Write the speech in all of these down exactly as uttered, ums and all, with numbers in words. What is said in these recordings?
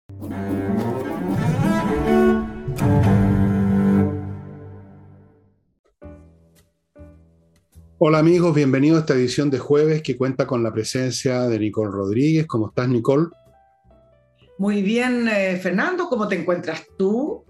Hola amigos, bienvenidos a esta edición de jueves que cuenta con la presencia de Nicole Rodríguez. ¿Cómo estás, Nicole? Muy bien, eh, Fernando, ¿cómo te encuentras tú?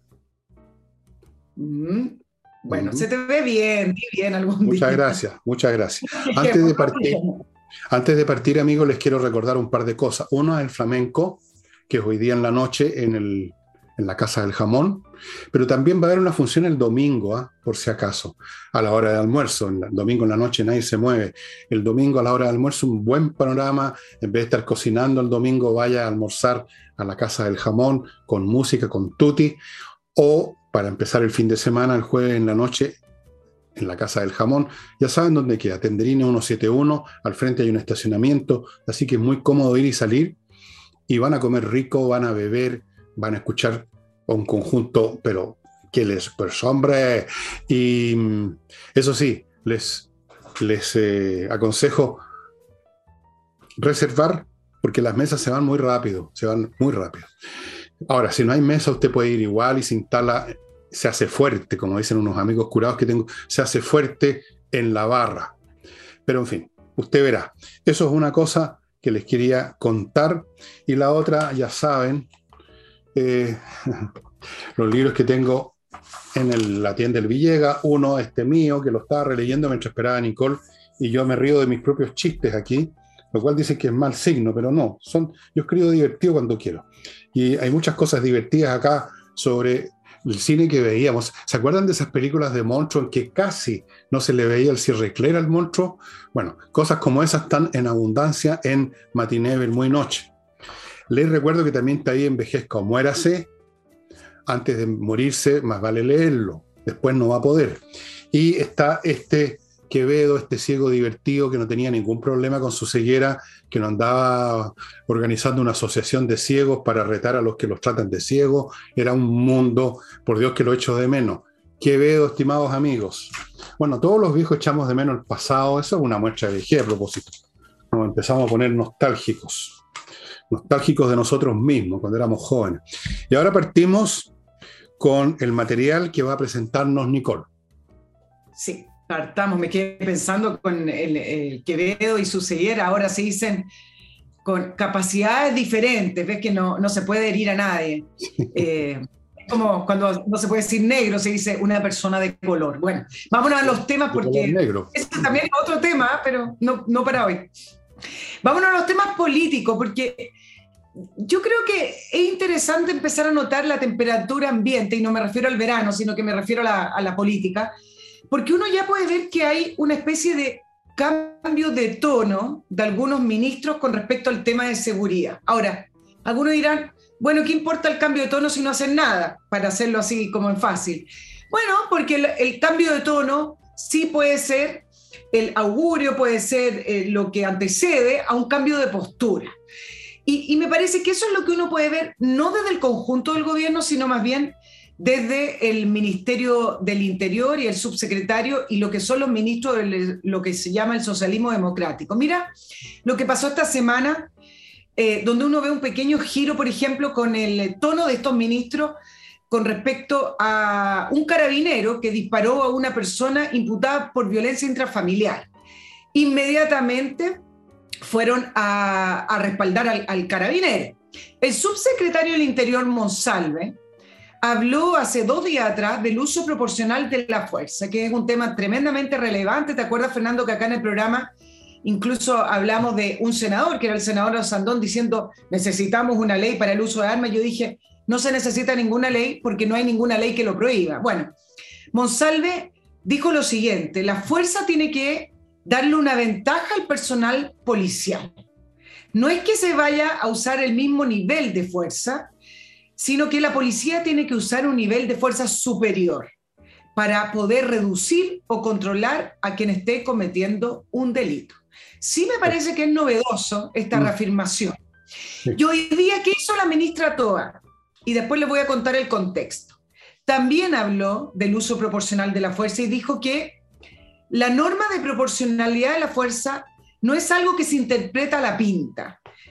Mm, Bueno, Uh-huh. se te ve bien, di bien algún Muchas día. gracias, muchas gracias. Antes Practiquemos, de partir, practiquemos. antes de partir, amigos, les quiero recordar un par de cosas. Uno es el flamenco, que es hoy día en la noche en, el, en la Casa del Jamón, pero también va a haber una función el domingo, ¿ah? Por si acaso, a la hora de almuerzo. El domingo en la noche nadie se mueve. El domingo a la hora de almuerzo un buen panorama. En vez de estar cocinando el domingo, vaya a almorzar a la Casa del Jamón con música, con tutti, o para empezar el fin de semana, el jueves en la noche, en la Casa del Jamón. Ya saben dónde queda, Tenderine ciento setenta y uno, al frente hay un estacionamiento, así que es muy cómodo ir y salir, y van a comer rico, van a beber, van a escuchar un conjunto, pero que les, pues hombre, y mm, eso sí, les, les eh, aconsejo reservar, porque las mesas se van muy rápido, se van muy rápido. Ahora, si no hay mesa, usted puede ir igual y se instala, se hace fuerte, como dicen unos amigos curados que tengo, se hace fuerte en la barra. Pero en fin, usted verá. Eso es una cosa que les quería contar. Y la otra, ya saben, eh, los libros que tengo en el, la tienda del Villega. Uno, este mío, que lo estaba releyendo mientras esperaba a Nicole, y yo me río de mis propios chistes aquí, lo cual dicen que es mal signo, pero no, son, yo escribo divertido cuando quiero. Y hay muchas cosas divertidas acá sobre el cine que veíamos. ¿Se acuerdan de esas películas de monstruos en que casi no se le veía el cierre al monstruo? Bueno, cosas como esas están en abundancia en Matiné Muy Noche. Les recuerdo que también está ahí Envejezca o Muérase. Antes de morirse, más vale leerlo. Después no va a poder. Y está este Quevedo, este ciego divertido que no tenía ningún problema con su ceguera, que no andaba organizando una asociación de ciegos para retar a los que los tratan de ciegos. Era un mundo, por Dios que lo echo de menos. Quevedo, estimados amigos. Bueno, todos los viejos echamos de menos el pasado. Eso es una muestra de vejez a propósito. Nos empezamos a poner nostálgicos. Nostálgicos de nosotros mismos cuando éramos jóvenes. Y ahora partimos con el material que va a presentarnos Nicole. Sí, partamos. Me quedé pensando con el, el Quevedo y su ceguera. Ahora se dicen con capacidades diferentes. Ves que no, no se puede herir a nadie. Eh, como cuando no se puede decir negro, se dice una persona de color. Bueno, vámonos a los temas porque este también es otro tema, pero no, no para hoy. Vámonos a los temas políticos, porque yo creo que es interesante empezar a notar la temperatura ambiente, y no me refiero al verano, sino que me refiero a la, a la política, porque uno ya puede ver que hay una especie de cambio de tono de algunos ministros con respecto al tema de seguridad. Ahora, algunos dirán, bueno, ¿qué importa el cambio de tono si no hacen nada? Para hacerlo así como en fácil. Bueno, porque el, el cambio de tono sí puede ser el augurio, puede ser eh, lo que antecede a un cambio de postura. Y, y me parece que eso es lo que uno puede ver, no desde el conjunto del gobierno, sino más bien desde el Ministerio del Interior y el subsecretario y lo que son los ministros de lo que se llama el socialismo democrático. Mira lo que pasó esta semana, eh, donde uno ve un pequeño giro, por ejemplo, con el tono de estos ministros con respecto a un carabinero que disparó a una persona imputada por violencia intrafamiliar. Inmediatamente fueron a, a respaldar al, al carabinero. El subsecretario del Interior, Monsalve, habló hace dos días atrás del uso proporcional de la fuerza, que es un tema tremendamente relevante. ¿Te acuerdas, Fernando, que acá en el programa incluso hablamos de un senador, que era el senador Osandón, diciendo necesitamos una ley para el uso de armas? Yo dije, no se necesita ninguna ley porque no hay ninguna ley que lo prohíba. Bueno, Monsalve dijo lo siguiente: la fuerza tiene que darle una ventaja al personal policial. No es que se vaya a usar el mismo nivel de fuerza, sino que la policía tiene que usar un nivel de fuerza superior para poder reducir o controlar a quien esté cometiendo un delito. Sí me parece que es novedoso esta reafirmación. Y hoy día, ¿qué hizo la ministra Toa? Y después les voy a contar el contexto. También habló del uso proporcional de la fuerza y dijo que la norma de proporcionalidad de la fuerza no es algo que se interpreta a la pinta.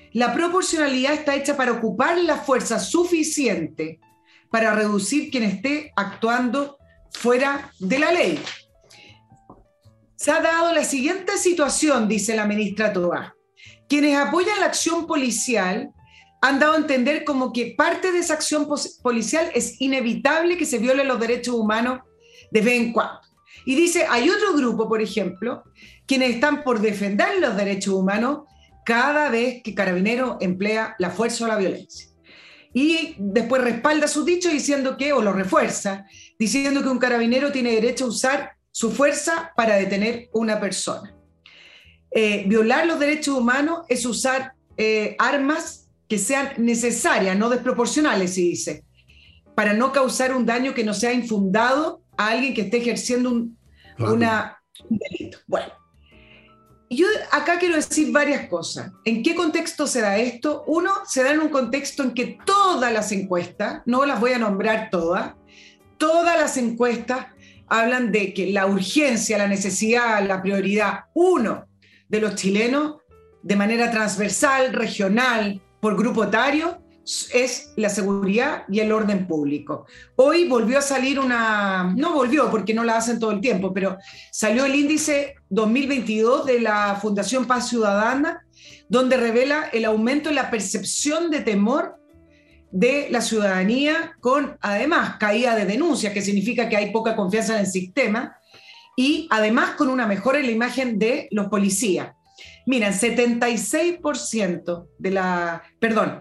La proporcionalidad está hecha para ocupar la fuerza suficiente para reducir quien esté actuando fuera de la ley. Se ha dado la siguiente situación, dice la ministra Toá. Quienes apoyan la acción policial han dado a entender como que parte de esa acción policial es inevitable que se violen los derechos humanos de vez en cuando. Y dice, hay otro grupo, por ejemplo, quienes están por defender los derechos humanos cada vez que Carabineros emplea la fuerza o la violencia. Y después respalda sus dichos diciendo que, o lo refuerza, diciendo que un carabinero tiene derecho a usar su fuerza para detener una persona. Eh, violar los derechos humanos es usar eh, armas que sean necesarias, no desproporcionales, se dice, para no causar un daño que no sea infundado a alguien que esté ejerciendo un, claro. una, un delito. Bueno, yo acá quiero decir varias cosas. ¿En qué contexto se da esto? Uno, se da en un contexto en que todas las encuestas, no las voy a nombrar todas, todas las encuestas hablan de que la urgencia, la necesidad, la prioridad, uno, de los chilenos, de manera transversal, regional, por grupo etario, es la seguridad y el orden público. Hoy volvió a salir una, no volvió porque no la hacen todo el tiempo, pero salió el índice dos mil veintidós de la Fundación Paz Ciudadana, donde revela el aumento en la percepción de temor de la ciudadanía, con además caída de denuncias, que significa que hay poca confianza en el sistema, y además con una mejora en la imagen de los policías. Miren, setenta y seis por ciento de la, perdón,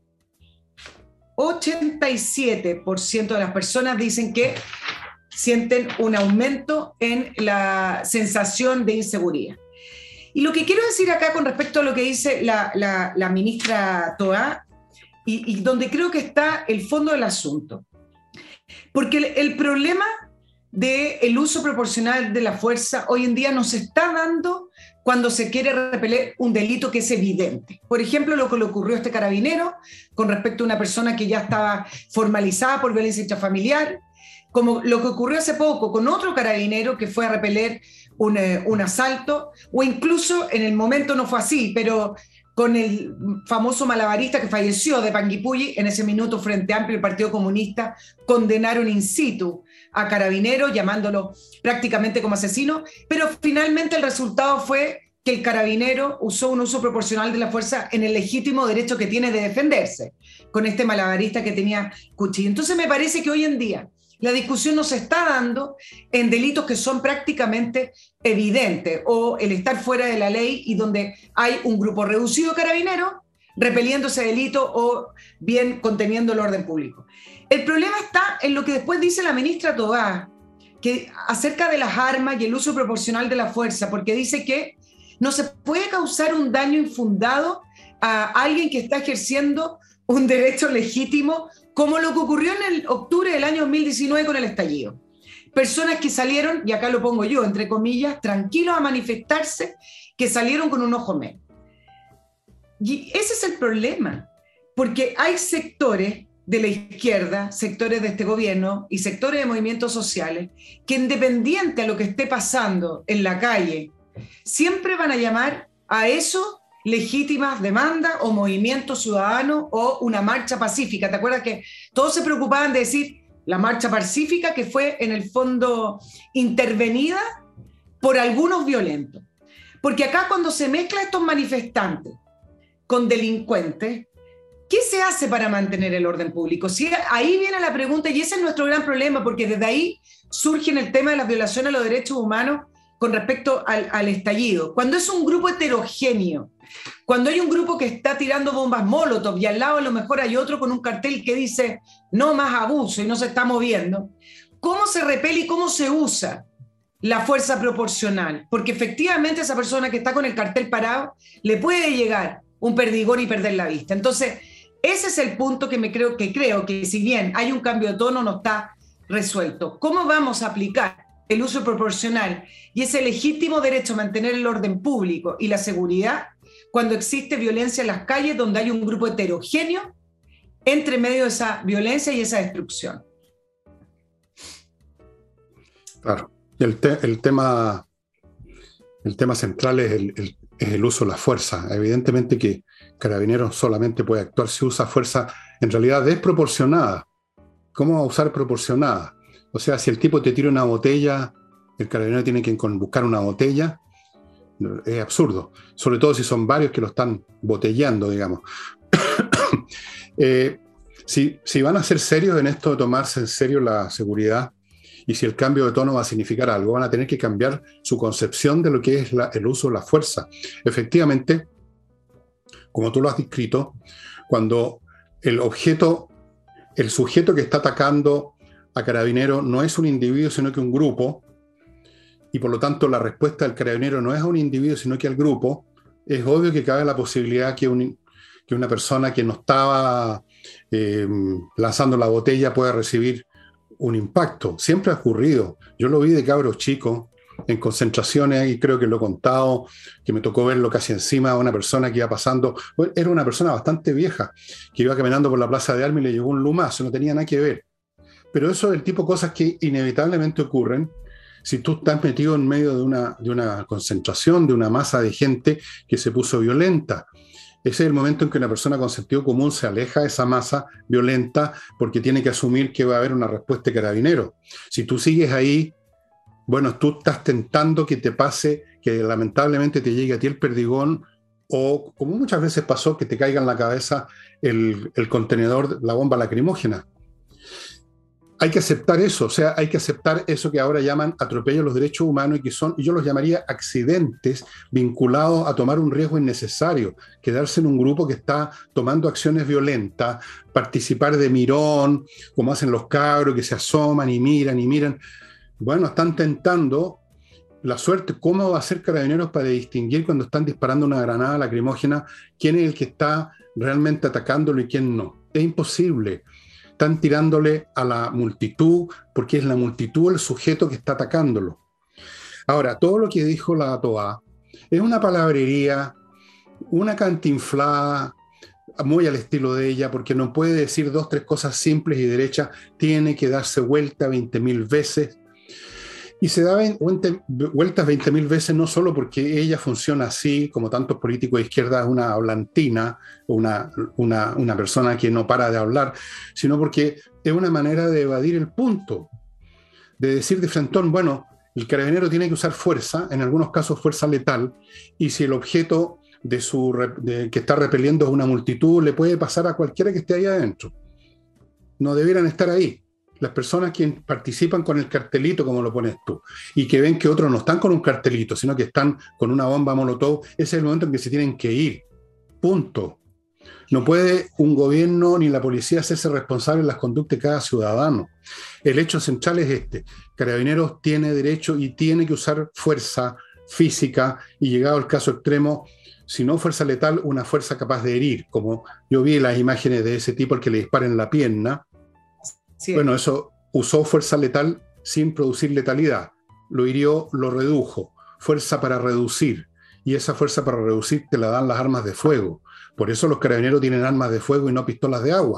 ochenta y siete por ciento de las personas dicen que sienten un aumento en la sensación de inseguridad. Y lo que quiero decir acá con respecto a lo que dice la, la, la ministra Toá, y, y donde creo que está el fondo del asunto, porque el, el problema del uso proporcional de la fuerza hoy en día no se está dando cuando se quiere repeler un delito que es evidente. Por ejemplo, lo que le ocurrió a este carabinero con respecto a una persona que ya estaba formalizada por violencia intrafamiliar, como lo que ocurrió hace poco con otro carabinero que fue a repeler un, eh, un asalto, o incluso en el momento no fue así, pero con el famoso malabarista que falleció de Panguipulli, en ese minuto Frente Amplio y el Partido Comunista condenaron in situ a Carabineros, llamándolo prácticamente como asesino, pero finalmente el resultado fue que el carabinero usó un uso proporcional de la fuerza en el legítimo derecho que tiene de defenderse, con este malabarista que tenía cuchillo. Entonces me parece que hoy en día la discusión no se está dando en delitos que son prácticamente evidentes, o el estar fuera de la ley y donde hay un grupo reducido de carabineros repeliendo ese delito o bien conteniendo el orden público. El problema está en lo que después dice la ministra Toá, que acerca de las armas y el uso proporcional de la fuerza, porque dice que no se puede causar un daño infundado a alguien que está ejerciendo un derecho legítimo, como lo que ocurrió en el octubre del año dos mil diecinueve con el estallido. Personas que salieron, y acá lo pongo yo, entre comillas, tranquilos a manifestarse, que salieron con un ojo menos. Y ese es el problema, porque hay sectores de la izquierda, sectores de este gobierno y sectores de movimientos sociales que, independiente a lo que esté pasando en la calle, siempre van a llamar a eso legítimas demandas o movimientos ciudadanos o una marcha pacífica. ¿Te acuerdas que todos se preocupaban de decir la marcha pacífica, que fue en el fondo intervenida por algunos violentos? Porque acá, cuando se mezclan estos manifestantes con delincuentes, ¿qué se hace para mantener el orden público? Sí, ahí viene la pregunta, y ese es nuestro gran problema, porque desde ahí surge el tema de las violaciones a los derechos humanos con respecto al, al estallido. Cuando es un grupo heterogéneo, cuando hay un grupo que está tirando bombas Molotov y al lado a lo mejor hay otro con un cartel que dice no más abuso y no se está moviendo, ¿cómo se repele y cómo se usa la fuerza proporcional? Porque efectivamente esa persona que está con el cartel parado le puede llegar un perdigón y perder la vista. Entonces, ese es el punto que, me creo, que creo que si bien hay un cambio de tono, no está resuelto. ¿Cómo vamos a aplicar el uso proporcional y ese legítimo derecho a mantener el orden público y la seguridad cuando existe violencia en las calles, donde hay un grupo heterogéneo entre medio de esa violencia y esa destrucción? Claro. Y el, te, el, tema, el tema central es el, el, es el uso de la fuerza. Evidentemente que Carabineros solamente puede actuar si usa fuerza en realidad desproporcionada. ¿Cómo va a usar proporcionada? O sea, si el tipo te tira una botella, el carabinero tiene que buscar una botella, es absurdo. Sobre todo si son varios que lo están botellando, digamos. eh, si, si van a ser serios en esto de tomarse en serio la seguridad, y si el cambio de tono va a significar algo, van a tener que cambiar su concepción de lo que es la, el uso de la fuerza. Efectivamente, como tú lo has descrito, cuando el objeto, el sujeto que está atacando a Carabinero no es un individuo, sino que un grupo, y por lo tanto la respuesta del Carabinero no es a un individuo, sino que al grupo, es obvio que cabe la posibilidad que, un, que una persona que no estaba eh, lanzando la botella pueda recibir un impacto. Siempre ha ocurrido. Yo lo vi de cabros chicos en concentraciones, y creo que lo he contado, que me tocó verlo casi encima de una persona que iba pasando. Bueno, era una persona bastante vieja, que iba caminando por la Plaza de Armas y le llegó un lumazo, no tenía nada que ver. Pero eso es el tipo de cosas que inevitablemente ocurren si tú estás metido en medio de una, de una concentración, de una masa de gente que se puso violenta. Ese es el momento en que una persona con sentido común se aleja de esa masa violenta porque tiene que asumir que va a haber una respuesta de Carabinero. Si tú sigues ahí, bueno, tú estás tentando que te pase, que lamentablemente te llegue a ti el perdigón, o como muchas veces pasó, que te caiga en la cabeza el, el contenedor, la bomba lacrimógena. Hay que aceptar eso, o sea, hay que aceptar eso que ahora llaman atropello a los derechos humanos y que son, y yo los llamaría accidentes vinculados a tomar un riesgo innecesario, quedarse en un grupo que está tomando acciones violentas, participar de mirón, como hacen los cabros que se asoman y miran y miran. Bueno, están tentando la suerte. ¿Cómo va a ser Carabineros para distinguir cuando están disparando una granada lacrimógena quién es el que está realmente atacándolo y quién no? Es imposible. Están tirándole a la multitud, porque es la multitud el sujeto que está atacándolo. Ahora, todo lo que dijo la Toa es una palabrería, una cantinflada, muy al estilo de ella, porque no puede decir dos, tres cosas simples y derechas, tiene que darse vuelta veinte mil veces. Y se da vueltas veinte mil veces no solo porque ella funciona así, como tantos políticos de izquierda, es una hablantina, una, una, una persona que no para de hablar, sino porque es una manera de evadir el punto, de decir de frentón, bueno, el carabinero tiene que usar fuerza, en algunos casos fuerza letal, y si el objeto de su, de, que está repeliendo es una multitud, le puede pasar a cualquiera que esté ahí adentro. No debieran estar ahí. Las personas que participan con el cartelito, como lo pones tú, y que ven que otros no están con un cartelito, sino que están con una bomba molotov, ese es el momento en que se tienen que ir. Punto. No puede un gobierno ni la policía hacerse responsable de las conductas de cada ciudadano. El hecho central es este. Carabineros tiene derecho y tiene que usar fuerza física y, llegado al caso extremo, si no fuerza letal, una fuerza capaz de herir, como yo vi las imágenes de ese tipo al que le disparan en la pierna. Sí. Bueno, eso usó fuerza letal sin producir letalidad. Lo hirió, lo redujo. Fuerza para reducir. Y esa fuerza para reducir te la dan las armas de fuego. Por eso los carabineros tienen armas de fuego y no pistolas de agua.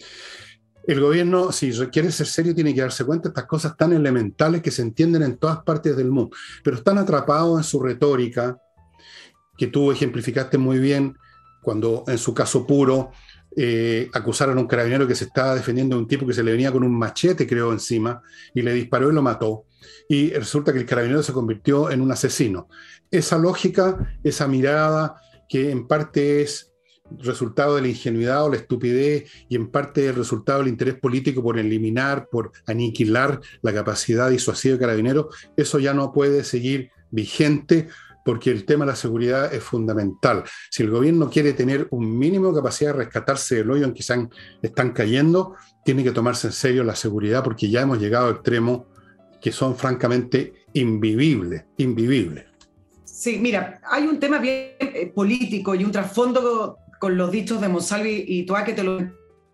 El gobierno, si quiere ser serio, tiene que darse cuenta de estas cosas tan elementales que se entienden en todas partes del mundo. Pero están atrapados en su retórica, que tú ejemplificaste muy bien, cuando en su caso puro eh, acusaron a un carabinero que se estaba defendiendo de un tipo que se le venía con un machete, creo, encima, y le disparó y lo mató. Y resulta que el carabinero se convirtió en un asesino. Esa lógica, esa mirada, que en parte es resultado de la ingenuidad o la estupidez y en parte el resultado del interés político por eliminar, por aniquilar la capacidad disuasiva de Carabineros, eso ya no puede seguir vigente, porque el tema de la seguridad es fundamental. Si el gobierno quiere tener un mínimo de capacidad de rescatarse del hoyo en que se han, están cayendo, tiene que tomarse en serio la seguridad, porque ya hemos llegado a extremos que son francamente invivibles, invivibles. Sí, mira, hay un tema bien eh, político y un trasfondo con los dichos de Monsalve y Toa que te lo...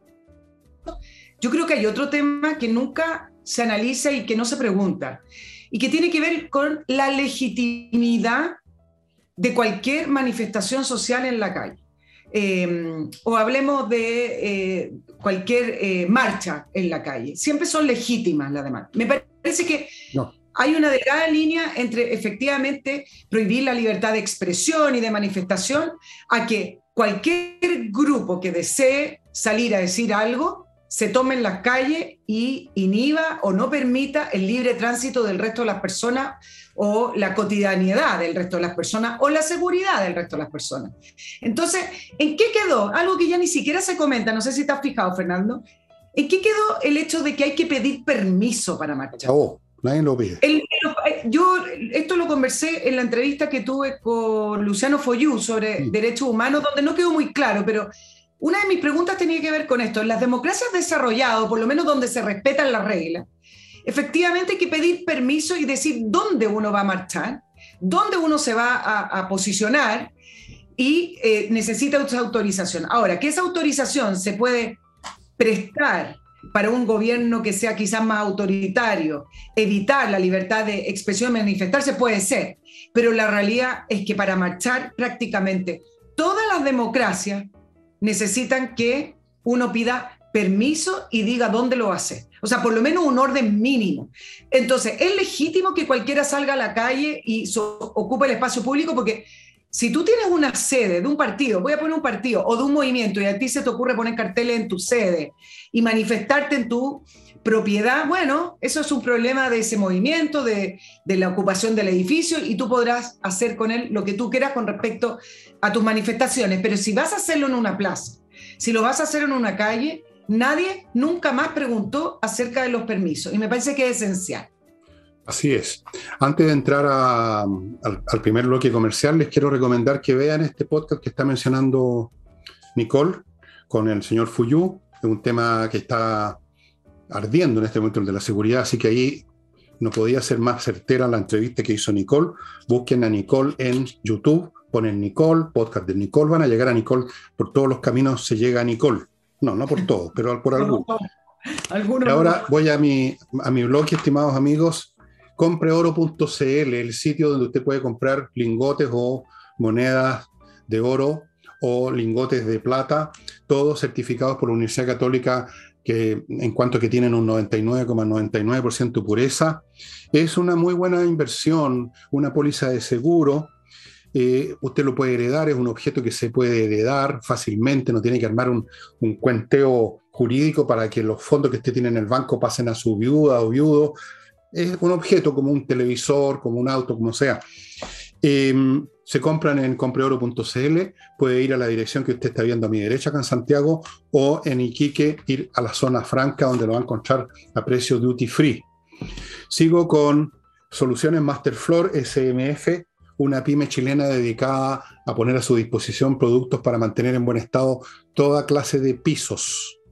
Yo creo que hay otro tema que nunca se analiza y que no se pregunta, y que tiene que ver con la legitimidad de cualquier manifestación social en la calle. Eh, o hablemos de eh, cualquier eh, marcha en la calle. Siempre son legítimas las demás. Me parece que... No. hay una delgada línea entre efectivamente prohibir la libertad de expresión y de manifestación a que cualquier grupo que desee salir a decir algo se tome en las calles y inhiba o no permita el libre tránsito del resto de las personas o la cotidianidad del resto de las personas o la seguridad del resto de las personas. Entonces, ¿en qué quedó? Algo que ya ni siquiera se comenta, no sé si te has fijado, Fernando. ¿En qué quedó el hecho de que hay que pedir permiso para marchar? Oh, nadie lo pide. El, el, yo esto lo conversé en la entrevista que tuve con Luciano Foyú sobre sí. derechos humanos, donde no quedó muy claro, pero una de mis preguntas tenía que ver con esto. En las democracias desarrolladas, por lo menos donde se respetan las reglas, efectivamente hay que pedir permiso y decir dónde uno va a marchar, dónde uno se va a, a posicionar y eh, necesita esa autorización. Ahora, que esa autorización se puede prestar para un gobierno que sea quizás más autoritario, evitar la libertad de expresión y manifestarse, puede ser, pero la realidad es que para marchar prácticamente todas las democracias necesitan que uno pida permiso y diga dónde lo hace. O sea, por lo menos un orden mínimo. Entonces, es legítimo que cualquiera salga a la calle y so, ocupe el espacio público, porque si tú tienes una sede de un partido, voy a poner un partido o de un movimiento y a ti se te ocurre poner carteles en tu sede y manifestarte en tu propiedad, bueno, eso es un problema de ese movimiento, de, de la ocupación del edificio, y tú podrás hacer con él lo que tú quieras con respecto a tus manifestaciones. Pero si vas a hacerlo en una plaza, si lo vas a hacer en una calle, nadie nunca más preguntó acerca de los permisos, y me parece que es esencial. Así es. Antes de entrar a, al, al primer bloque comercial, les quiero recomendar que vean este podcast que está mencionando Nicole con el señor Foyú. Es un tema que está ardiendo en este momento, el de la seguridad, así que ahí no podía ser más certera la entrevista que hizo Nicole. Busquen a Nicole en YouTube, ponen Nicole, podcast de Nicole, van a llegar a Nicole, por todos los caminos se llega a Nicole. No, no por todos, pero por algunos. Algunos. Y ahora voy a mi, a mi blog, estimados amigos, compreoro punto c l, el sitio donde usted puede comprar lingotes o monedas de oro o lingotes de plata, todos certificados por la Universidad Católica, que en cuanto que tienen un noventa y nueve coma noventa y nueve por ciento pureza. Es una muy buena inversión, una póliza de seguro. Eh, usted lo puede heredar, es un objeto que se puede heredar fácilmente, no tiene que armar un, un cuenteo jurídico para que los fondos que usted tiene en el banco pasen a su viuda o viudo. Es un objeto como un televisor, como un auto, como sea. Eh, se compran en compreoro punto c l, puede ir a la dirección que usted está viendo a mi derecha acá en Santiago, o en Iquique ir a la zona franca, donde lo va a encontrar a precio duty free. Sigo con Soluciones Masterfloor S M F, una pyme chilena dedicada a poner a su disposición productos para mantener en buen estado toda clase de pisos.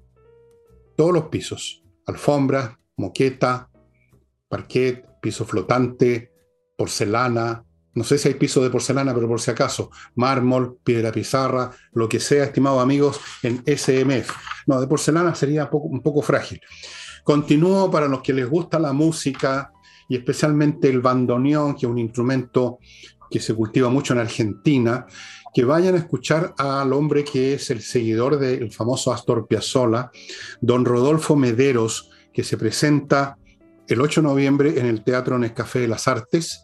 Todos los pisos, alfombras, moqueta, parquet, piso flotante, porcelana, no sé si hay piso de porcelana, pero por si acaso, mármol, piedra pizarra, lo que sea, estimados amigos, en S M F. No, de porcelana sería poco, un poco frágil. Continúo para los que les gusta la música y especialmente el bandoneón, que es un instrumento que se cultiva mucho en Argentina, que vayan a escuchar al hombre que es el seguidor del famoso Astor Piazzolla, don Rodolfo Mederos, que se presenta el ocho de noviembre en el Teatro Nescafé de las Artes.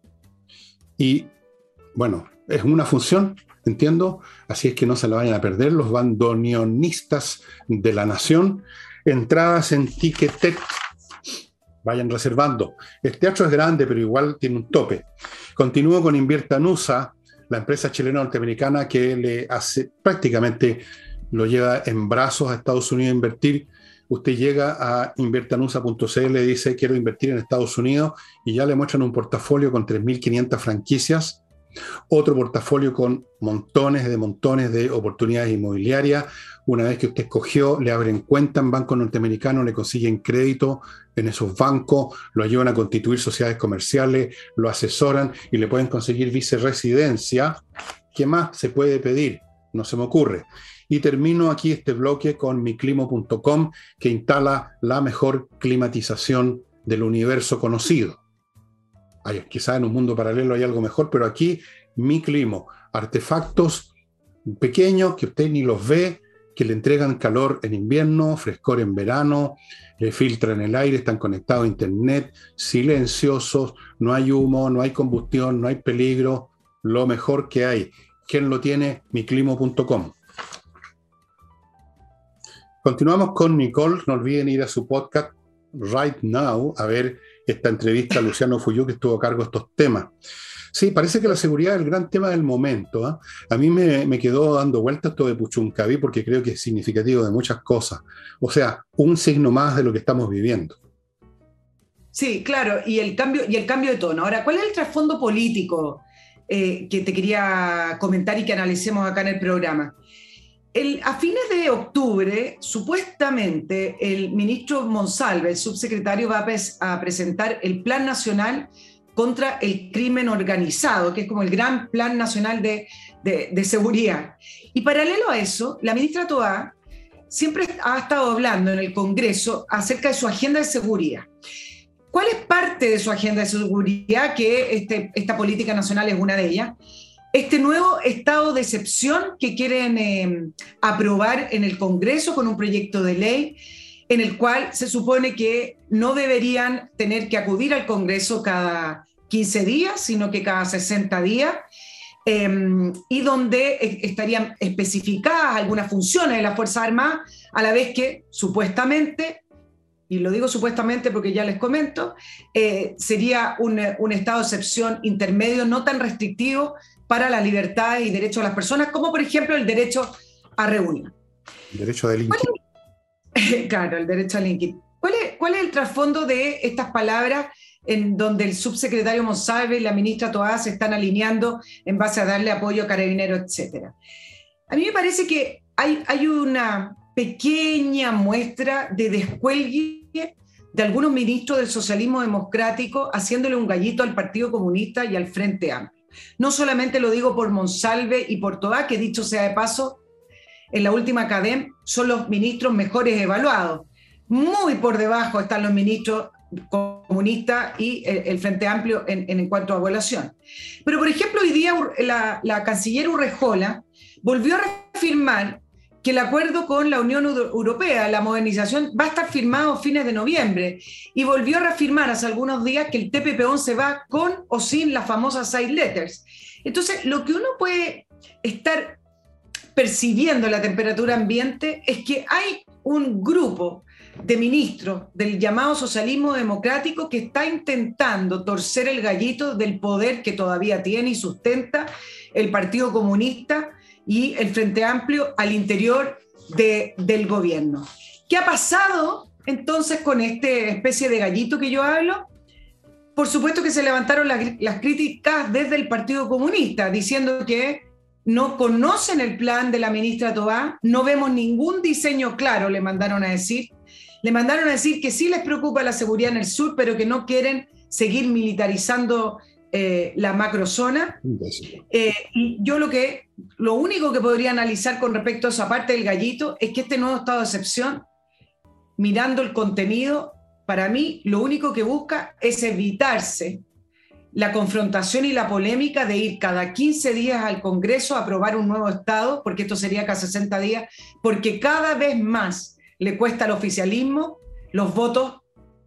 Y bueno, es una función, entiendo, así es que no se la vayan a perder los bandoneonistas de la nación. Entradas en Ticketek, vayan reservando. El teatro es grande, pero igual tiene un tope. Continúo con Inviertanusa, la empresa chileno-norteamericana que le hace prácticamente lo lleva en brazos a Estados Unidos a invertir. Usted llega a inviertanusa punto c l, dice quiero invertir en Estados Unidos, y ya le muestran un portafolio con tres mil quinientas franquicias, otro portafolio con montones de montones de oportunidades inmobiliarias. Una vez que usted escogió, le abren cuenta en bancos norteamericanos, le consiguen crédito en esos bancos, lo ayudan a constituir sociedades comerciales, lo asesoran y le pueden conseguir vicerresidencia. ¿Qué más se puede pedir? No se me ocurre. Y termino aquí este bloque con miclimo punto com, que instala la mejor climatización del universo conocido. Hay, quizá en un mundo paralelo hay algo mejor, pero aquí Miclimo, artefactos pequeños que usted ni los ve, que le entregan calor en invierno, frescor en verano, le filtran el aire, están conectados a internet, silenciosos, no hay humo, no hay combustión, no hay peligro, lo mejor que hay. ¿Quién lo tiene? miclimo punto com. Continuamos con Nicole, no olviden ir a su podcast Right Now a ver esta entrevista a Luciano Fuyú, que estuvo a cargo de estos temas. Sí, parece que la seguridad es el gran tema del momento, ¿eh? A mí me, me quedó dando vueltas esto de Puchuncaví porque creo que es significativo de muchas cosas. O sea, un signo más de lo que estamos viviendo. Sí, claro, y el cambio, y el cambio de tono. Ahora, ¿cuál es el trasfondo político eh, que te quería comentar y que analicemos acá en el programa? El, a fines de octubre, supuestamente, el ministro Monsalve, el subsecretario, va a, pres, a presentar el Plan Nacional contra el Crimen Organizado, que es como el gran Plan Nacional de, de, de Seguridad. Y paralelo a eso, la ministra Toá siempre ha estado hablando en el Congreso acerca de su agenda de seguridad. ¿Cuál es parte de su agenda de seguridad? Que este, esta política nacional es una de ellas. Este nuevo estado de excepción que quieren eh, aprobar en el Congreso con un proyecto de ley en el cual se supone que no deberían tener que acudir al Congreso cada quince días, sino que cada sesenta días, eh, y donde estarían especificadas algunas funciones de las Fuerzas Armadas, a la vez que supuestamente, y lo digo supuestamente porque ya les comento, eh, sería un, un estado de excepción intermedio no tan restrictivo para las libertades y derechos de las personas, como por ejemplo el derecho a reunión. El derecho a delinquir. Claro, el derecho a delinquir. ¿Cuál es, ¿Cuál es el trasfondo de estas palabras en donde el subsecretario Monsalve y la ministra Toá se están alineando en base a darle apoyo a Carabineros, etcétera? A mí me parece que hay, hay una pequeña muestra de descuelgue de algunos ministros del socialismo democrático haciéndole un gallito al Partido Comunista y al Frente Amplio. No solamente lo digo por Monsalve y por Toá, que dicho sea de paso, en la última CADEM son los ministros mejores evaluados. Muy por debajo están los ministros comunistas y el, el Frente Amplio en, en, en cuanto a evaluación. Pero, por ejemplo, hoy día la, la canciller Urrejola volvió a reafirmar que el acuerdo con la Unión Europea, la modernización, va a estar firmado a fines de noviembre, y volvió a reafirmar hace algunos días que el T P P once va con o sin las famosas side letters. Entonces, lo que uno puede estar percibiendo en la temperatura ambiente es que hay un grupo de ministros del llamado socialismo democrático que está intentando torcer el gallito del poder que todavía tiene y sustenta el Partido Comunista y el Frente Amplio al interior de, del gobierno. ¿Qué ha pasado entonces con esta especie de gallito que yo hablo? Por supuesto que se levantaron las, las críticas desde el Partido Comunista, diciendo que no conocen el plan de la ministra Toá, no vemos ningún diseño claro, le mandaron a decir. Le mandaron a decir que sí les preocupa la seguridad en el sur, pero que no quieren seguir militarizando eh, la macrozona. Eh, y yo lo, que, lo único que podría analizar con respecto a esa parte del gallito es que este nuevo estado de excepción, mirando el contenido, para mí lo único que busca es evitarse la confrontación y la polémica de ir cada quince días al Congreso a aprobar un nuevo Estado, porque esto sería cada sesenta días, porque cada vez más le cuesta al oficialismo los votos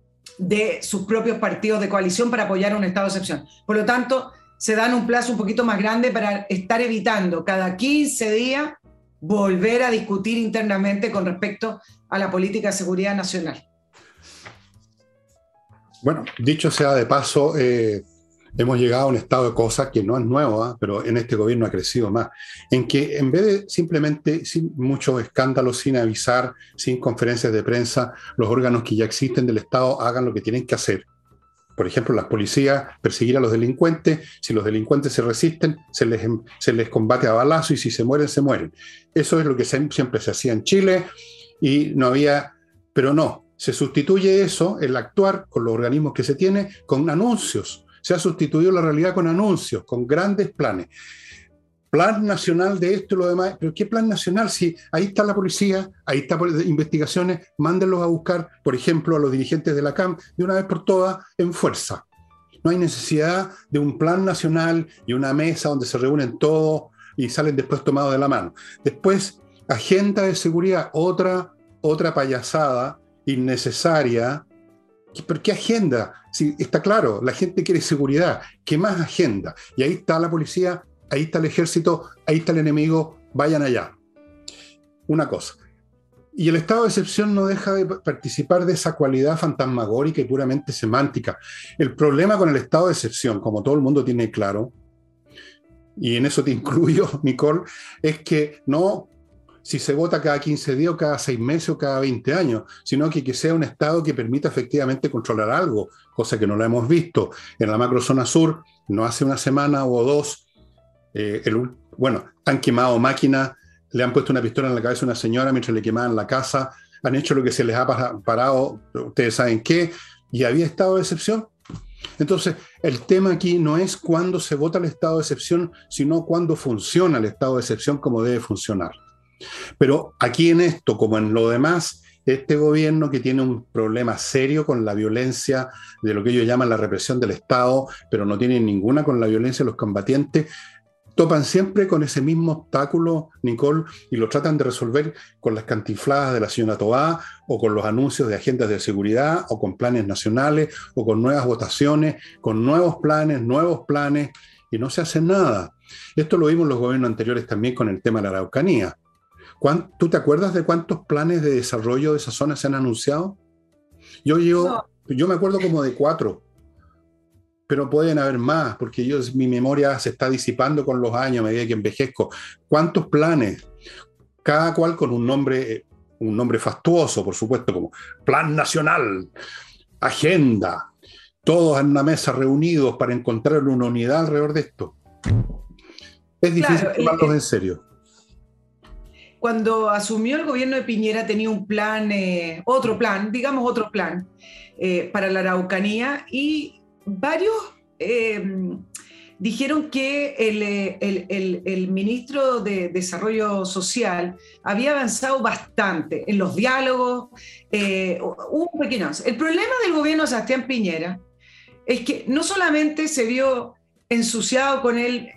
de sus propios partidos de coalición para apoyar un estado de excepción. Por lo tanto, se dan un plazo un poquito más grande para estar evitando cada quince días volver a discutir internamente con respecto a la política de seguridad nacional. Bueno, dicho sea de paso, eh, hemos llegado a un estado de cosas que no es nuevo, ¿eh? Pero en este gobierno ha crecido más, en que en vez de simplemente, sin muchos escándalos, sin avisar, sin conferencias de prensa, los órganos que ya existen del Estado hagan lo que tienen que hacer. Por ejemplo, las policías, perseguir a los delincuentes. Si los delincuentes se resisten, se les, se les combate a balazo, y si se mueren, se mueren. Eso es lo que se, siempre se hacía en Chile, y no había, pero no, se sustituye eso, el actuar con los organismos que se tiene, con anuncios. Se ha sustituido la realidad con anuncios, con grandes planes. Plan nacional de esto y lo demás. ¿Pero qué plan nacional? Si ahí está la policía, ahí está investigaciones, mándenlos a buscar, por ejemplo, a los dirigentes de la C A M de una vez por todas en fuerza. No hay necesidad de un plan nacional y una mesa donde se reúnen todos y salen después tomados de la mano. Después, Agenda de seguridad, otra, otra payasada innecesaria. ¿Pero qué agenda? Sí, está claro, la gente quiere seguridad. ¿Qué más agenda? Y ahí está la policía, ahí está el ejército, ahí está el enemigo, vayan allá. Una cosa. Y el estado de excepción no deja de participar de esa cualidad fantasmagórica y puramente semántica. El problema con el estado de excepción, como todo el mundo tiene claro, y en eso te incluyo, Nicole, es que no si se vota cada quince días o cada seis meses o cada veinte años, sino que, que sea un Estado que permita efectivamente controlar algo, cosa que no lo hemos visto. En la macrozona sur, no hace una semana o dos, eh, el, bueno, han quemado máquinas, le han puesto una pistola en la cabeza a una señora mientras le quemaban la casa, han hecho lo que se les ha parado, ustedes saben qué, y había estado de excepción. Entonces, el tema aquí no es cuándo se vota el estado de excepción, sino cuándo funciona el estado de excepción como debe funcionar. Pero aquí en esto, como en lo demás, este gobierno que tiene un problema serio con la violencia de lo que ellos llaman la represión del Estado, pero no tienen ninguna con la violencia de los combatientes, topan siempre con ese mismo obstáculo, Nicole, y lo tratan de resolver con las cantinfladas de la señora Tobá, o con los anuncios de agendas de seguridad, o con planes nacionales, o con nuevas votaciones, con nuevos planes, nuevos planes, y no se hace nada. Esto lo vimos en los gobiernos anteriores también con el tema de la Araucanía. ¿Tú te acuerdas de cuántos planes de desarrollo de esa zona se han anunciado? Yo, yo, no. yo me acuerdo como de cuatro, pero pueden haber más, porque yo, mi memoria se está disipando con los años a medida que envejezco. ¿Cuántos planes? Cada cual con un nombre, un nombre fastuoso, por supuesto, como Plan Nacional, Agenda, todos en una mesa reunidos para encontrar una unidad alrededor de esto. Es difícil claro, tomarlos el, en serio. Cuando asumió el gobierno de Piñera tenía un plan, eh, otro plan, digamos otro plan, eh, para la Araucanía, y varios eh, dijeron que el, el, el, el ministro de Desarrollo Social había avanzado bastante en los diálogos, eh, hubo pequeños. El problema del gobierno de Sebastián Piñera es que no solamente se vio ensuciado con el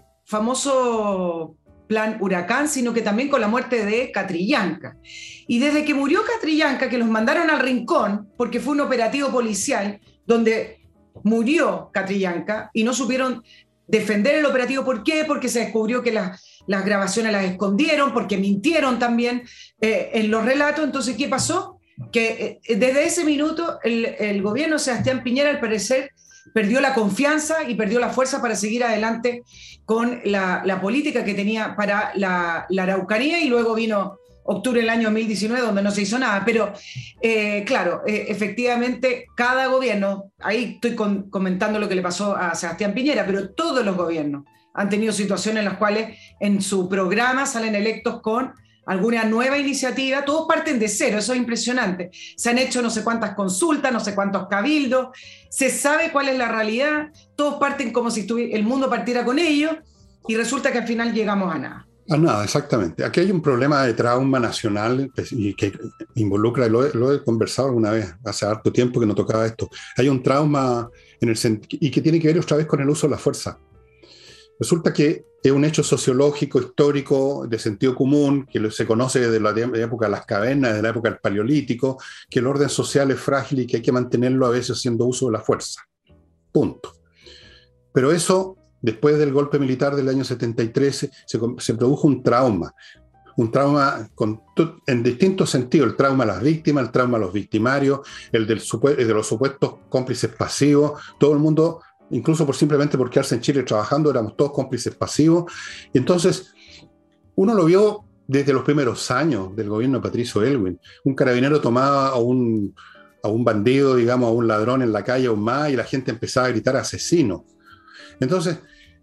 famoso plan Huracán, sino que también con la muerte de Catrillanca. Y desde que murió Catrillanca, que los mandaron al Rincón, porque fue un operativo policial donde murió Catrillanca y no supieron defender el operativo. ¿Por qué? Porque se descubrió que las, las grabaciones las escondieron, porque mintieron también eh, en los relatos. Entonces, ¿qué pasó? Que eh, desde ese minuto el, el gobierno de Sebastián Piñera, al parecer, perdió la confianza y perdió la fuerza para seguir adelante con la, la política que tenía para la, la Araucanía, y luego vino octubre del año dos mil diecinueve donde no se hizo nada. Pero eh, claro, eh, efectivamente cada gobierno, ahí estoy con, comentando lo que le pasó a Sebastián Piñera, pero todos los gobiernos han tenido situaciones en las cuales en su programa salen electos con alguna nueva iniciativa, todos parten de cero, eso es impresionante. Se han hecho no sé cuántas consultas, no sé cuántos cabildos, se sabe cuál es la realidad, todos parten como si el mundo partiera con ellos, y resulta que al final llegamos a nada. A nada, exactamente. Aquí hay un problema de trauma nacional y que involucra, lo he, lo he conversado alguna vez, hace harto tiempo que no tocaba esto, hay un trauma en el y que tiene que ver otra vez con el uso de la fuerza. Resulta que es un hecho sociológico, histórico, de sentido común, que se conoce desde la época de las cavernas, desde la época del Paleolítico, que el orden social es frágil y que hay que mantenerlo a veces haciendo uso de la fuerza. Punto. Pero eso, después del golpe militar del año setenta y tres, se, se produjo un trauma. Un trauma con, en distintos sentidos. El trauma a las víctimas, el trauma a los victimarios, el, del, el de los supuestos cómplices pasivos. Todo el mundo, incluso por simplemente por quedarse en Chile trabajando, éramos todos cómplices pasivos. Y entonces, uno lo vio desde los primeros años del gobierno de Patricio Aylwin. Un carabinero tomaba a un, a un bandido, digamos, a un ladrón en la calle o más, y la gente empezaba a gritar asesino. Entonces,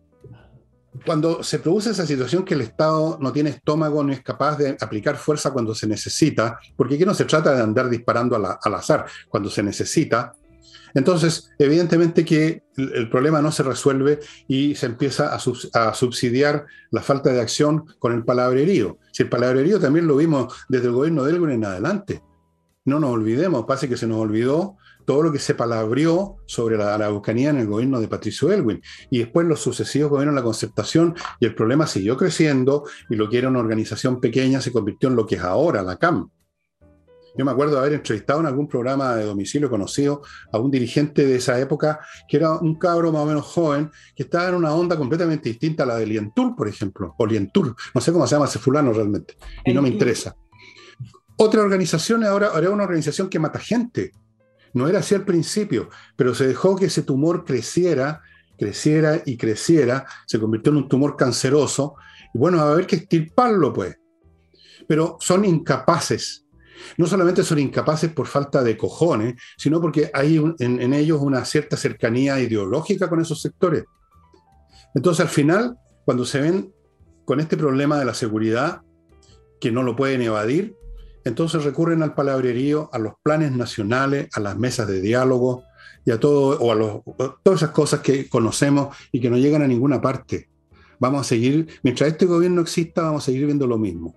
cuando se produce esa situación que el Estado no tiene estómago, no es capaz de aplicar fuerza cuando se necesita, porque aquí no se trata de andar disparando al, al azar, cuando se necesita, entonces evidentemente que el, el problema no se resuelve y se empieza a, sub, a subsidiar la falta de acción con el palabrerío. Si el palabrerío también lo vimos desde el gobierno de Aylwin en adelante. no nos olvidemos, pasa que se nos olvidó todo lo que se palabreó sobre la Araucanía en el gobierno de Patricio Aylwin. Y después los sucesivos gobiernos de la Concertación, y el problema siguió creciendo, y lo que era una organización pequeña se convirtió en lo que es ahora, la C A M. Yo me acuerdo de haber entrevistado en algún programa de domicilio conocido a un dirigente de esa época, que era un cabro más o menos joven, que estaba en una onda completamente distinta a la de Lientul, por ejemplo, o Lientul, no sé cómo se llama ese fulano realmente, y no me interesa. Otra organización ahora era una organización que mata gente. No era así al principio, pero se dejó que ese tumor creciera, creciera y creciera, se convirtió en un tumor canceroso, y bueno, va a haber que extirparlo, pues. Pero son incapaces. No solamente son incapaces por falta de cojones, sino porque hay un, en, en ellos una cierta cercanía ideológica con esos sectores. Entonces, al final, cuando se ven con este problema de la seguridad, que no lo pueden evadir, entonces recurren al palabrerío, a los planes nacionales, a las mesas de diálogo y a todo, o a, los, a todas esas cosas que conocemos y que no llegan a ninguna parte. Vamos a seguir, mientras este gobierno exista, vamos a seguir viendo lo mismo.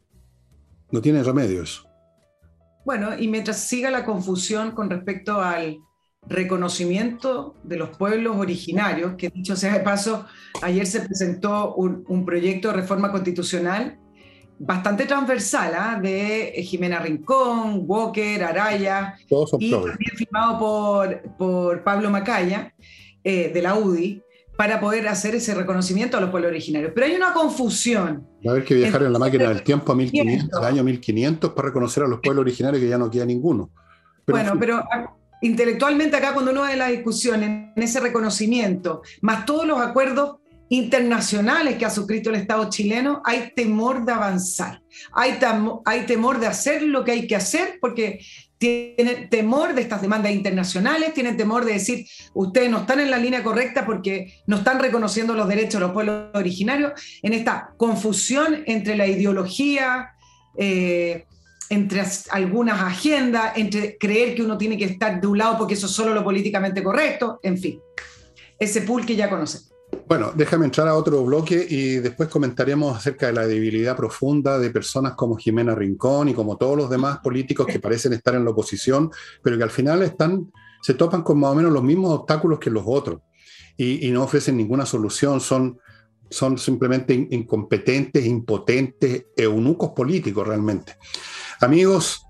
No tiene remedio eso. Bueno, y mientras siga la confusión con respecto al reconocimiento de los pueblos originarios, que dicho sea de paso, ayer se presentó un, un proyecto de reforma constitucional bastante transversal, ¿eh? De Jimena Rincón, Walker, Araya, todos son y pobres. también firmado por, por Pablo Macaya, eh, de la U D I, para poder hacer ese reconocimiento a los pueblos originarios. Pero hay una confusión. Va a haber que viajar en la máquina del tiempo a mil quinientos, al año mil quinientos para reconocer a los pueblos originarios, que ya no queda ninguno. Pero bueno, en fin. pero intelectualmente acá, cuando uno ve la discusión en ese reconocimiento, más todos los acuerdos internacionales que ha suscrito el Estado chileno, hay temor de avanzar, hay, tam- hay temor de hacer lo que hay que hacer, porque tienen temor de estas demandas internacionales, tienen temor de decir, ustedes no están en la línea correcta porque no están reconociendo los derechos de los pueblos originarios, en esta confusión entre la ideología, eh, entre algunas agendas, entre creer que uno tiene que estar de un lado porque eso es solo lo políticamente correcto, en fin, ese pool que ya conocen. Bueno, déjame entrar a otro bloque y después comentaremos acerca de la debilidad profunda de personas como Jimena Rincón y como todos los demás políticos que parecen estar en la oposición, pero que al final están, se topan con más o menos los mismos obstáculos que los otros y, y no ofrecen ninguna solución, son, son simplemente incompetentes, impotentes, eunucos políticos realmente. Amigos,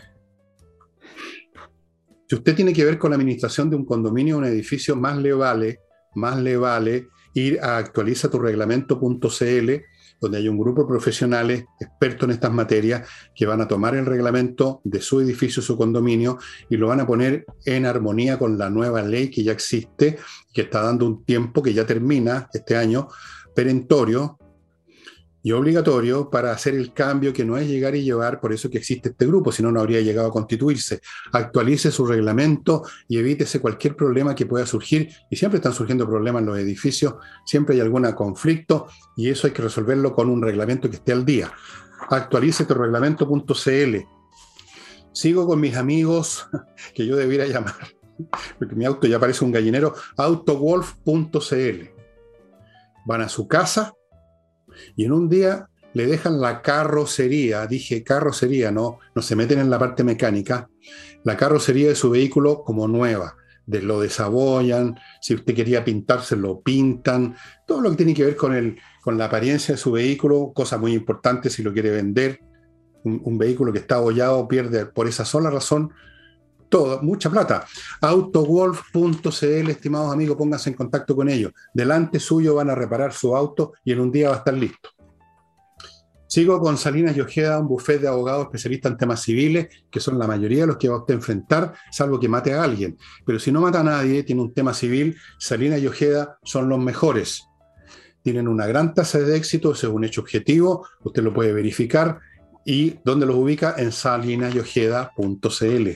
si usted tiene que ver con la administración de un condominio o un edificio, más le vale, más le vale ir a actualiza tu reglamento punto c l, donde hay un grupo de profesionales expertos en estas materias que van a tomar el reglamento de su edificio, su condominio, y lo van a poner en armonía con la nueva ley que ya existe, que está dando un tiempo que ya termina este año, perentorio y obligatorio para hacer el cambio, que no es llegar y llevar, por eso que existe este grupo, si no, no habría llegado a constituirse. Actualice su reglamento y evítese cualquier problema que pueda surgir, y siempre están surgiendo problemas en los edificios, siempre hay algún conflicto, y eso hay que resolverlo con un reglamento que esté al día. Actualice tu reglamento punto c l. Sigo con mis amigos, que yo debiera llamar, porque mi auto ya parece un gallinero, autowolf punto c l. Van a su casa, y en un día le dejan la carrocería, dije carrocería, no, no se meten en la parte mecánica, la carrocería de su vehículo como nueva, de, lo desabollan, si usted quería pintarse lo pintan, todo lo que tiene que ver con, el, con la apariencia de su vehículo, cosa muy importante si lo quiere vender, un, un vehículo que está abollado pierde por esa sola razón todo, mucha plata. autowolf punto c l, estimados amigos, pónganse en contacto con ellos. Delante suyo van a reparar su auto y en un día va a estar listo. Sigo con Salinas y Ojeda, un bufete de abogados especialistas en temas civiles, que son la mayoría de los que va a usted enfrentar, salvo que mate a alguien. Pero si no mata a nadie, tiene un tema civil, Salinas y Ojeda son los mejores. Tienen una gran tasa de éxito, ese es un hecho objetivo, usted lo puede verificar. ¿Y dónde los ubica? En salinas y ojeda punto c l.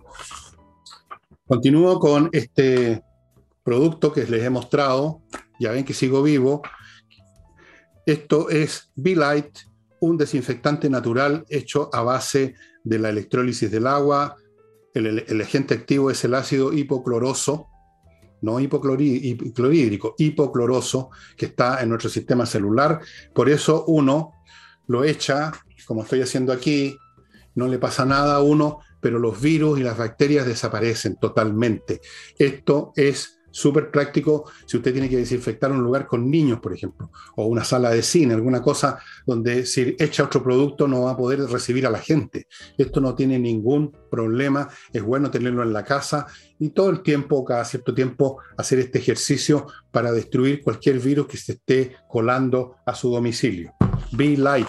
Continúo con este producto que les he mostrado, ya ven que sigo vivo. Esto es Be-Lite, un desinfectante natural hecho a base de la electrólisis del agua. El, el, el agente activo es el ácido hipocloroso, no hipoclorídrico, hipocloroso, que está en nuestro sistema celular. Por eso uno lo echa, como estoy haciendo aquí, no le pasa nada a uno, pero los virus y las bacterias desaparecen totalmente. Esto es súper práctico si usted tiene que desinfectar un lugar con niños, por ejemplo, o una sala de cine, alguna cosa donde si echa otro producto no va a poder recibir a la gente. Esto no tiene ningún problema, es bueno tenerlo en la casa y todo el tiempo, cada cierto tiempo, hacer este ejercicio para destruir cualquier virus que se esté colando a su domicilio. Be Light.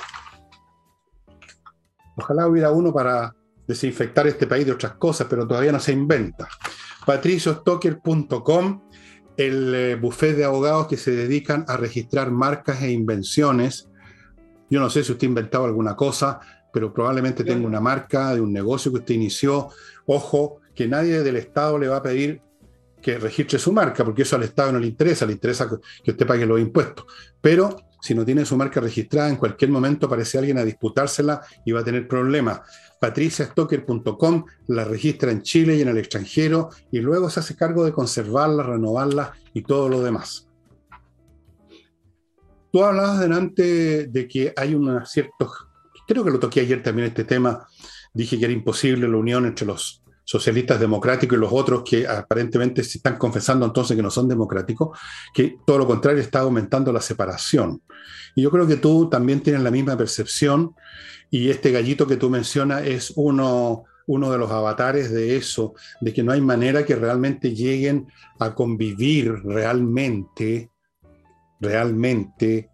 Ojalá hubiera uno para desinfectar este país de otras cosas, pero todavía no se inventa. patricio stocker punto com, el eh, buffet de abogados que se dedican a registrar marcas e invenciones. Yo no sé si usted ha inventado alguna cosa, pero probablemente tenga una marca de un negocio que usted inició. Ojo, que nadie del Estado le va a pedir que registre su marca, porque eso al Estado no le interesa, le interesa que usted pague los impuestos. Pero si no tiene su marca registrada, en cualquier momento aparece alguien a disputársela y va a tener problemas. patricia stocker punto com la registra en Chile y en el extranjero y luego se hace cargo de conservarla, renovarla y todo lo demás. Tú hablabas delante de que hay unos ciertos, creo que lo toqué ayer también este tema, dije que era imposible la unión entre los socialistas democráticos y los otros que aparentemente se están confesando entonces que no son democráticos, que todo lo contrario está aumentando la separación. Y yo creo que tú también tienes la misma percepción y este gallito que tú mencionas es uno, uno de los avatares de eso, de que no hay manera que realmente lleguen a convivir realmente, realmente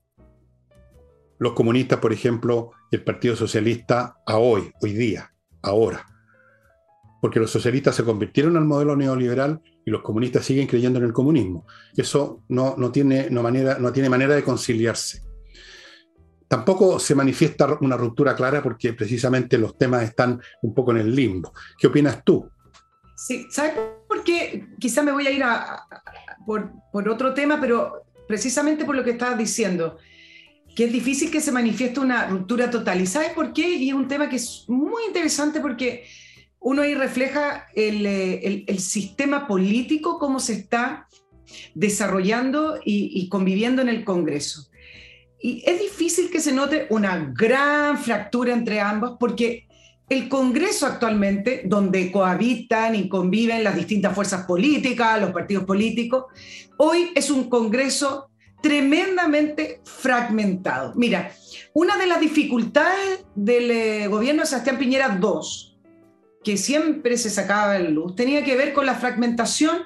los comunistas, por ejemplo, y el Partido Socialista a hoy, hoy día, ahora. Porque los socialistas se convirtieron al modelo neoliberal y los comunistas siguen creyendo en el comunismo. Eso no, no, tiene, no, manera, no tiene manera de conciliarse. Tampoco se manifiesta una ruptura clara porque precisamente los temas están un poco en el limbo. ¿Qué opinas tú? Sí, ¿sabes por qué? Quizá me voy a ir a, a, por, por otro tema, pero precisamente por lo que estabas diciendo, que es difícil que se manifieste una ruptura total. ¿Y sabes por qué? Y es un tema que es muy interesante porque uno ahí refleja el, el, el sistema político, cómo se está desarrollando y, y conviviendo en el Congreso. Y es difícil que se note una gran fractura entre ambos, porque el Congreso actualmente, donde cohabitan y conviven las distintas fuerzas políticas, los partidos políticos, hoy es un Congreso tremendamente fragmentado. Mira, una de las dificultades del eh, gobierno de Sebastián Piñera dos, que siempre se sacaba en luz, tenía que ver con la fragmentación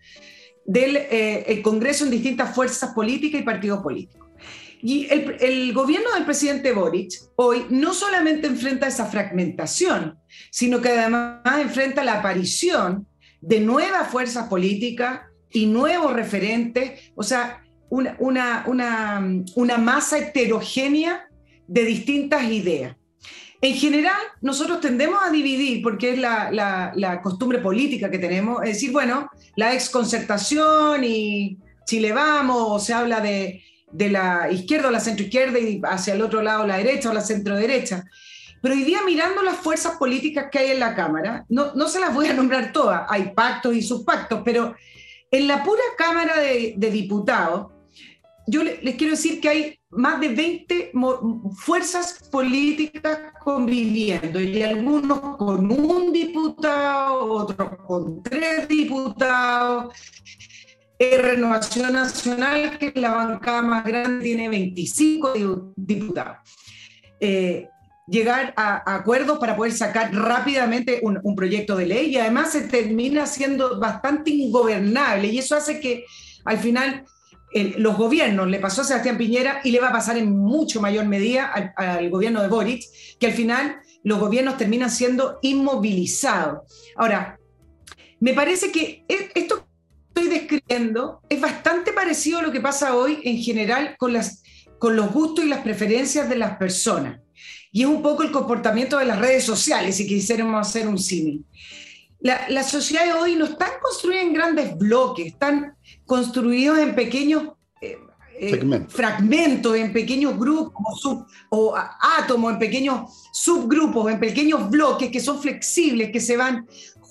del eh, el Congreso en distintas fuerzas políticas y partidos políticos. Y el, el gobierno del presidente Boric hoy no solamente enfrenta esa fragmentación, sino que además enfrenta la aparición de nuevas fuerzas políticas y nuevos referentes, o sea, una, una, una, una masa heterogénea de distintas ideas. En general, nosotros tendemos a dividir, porque es la, la, la costumbre política que tenemos, es decir, bueno, la exconcertación y Chile vamos, o se habla de, de la izquierda o la centroizquierda y hacia el otro lado la derecha o la centroderecha. Pero hoy día, mirando las fuerzas políticas que hay en la Cámara, no, no se las voy a nombrar todas, hay pactos y subpactos, pero en la pura Cámara de, de Diputados, yo les quiero decir que hay más de veinte fuerzas políticas conviviendo, y algunos con un diputado, otros con tres diputados. Renovación Nacional, que es la bancada más grande, tiene veinticinco diputados. Eh, llegar a, a acuerdos para poder sacar rápidamente un, un proyecto de ley, y además se termina siendo bastante ingobernable, y eso hace que al final el, los gobiernos, le pasó a Sebastián Piñera y le va a pasar en mucho mayor medida al, al gobierno de Boric, que al final los gobiernos terminan siendo inmovilizados. Ahora, me parece que esto que estoy describiendo es bastante parecido a lo que pasa hoy en general con, las, con los gustos y las preferencias de las personas. Y es un poco el comportamiento de las redes sociales, si quisiéramos hacer un símil. La, la sociedad de hoy no está construida en grandes bloques, están construidos en pequeños eh, eh, fragmentos, en pequeños grupos o, sub, o átomos, en pequeños subgrupos, en pequeños bloques que son flexibles, que se van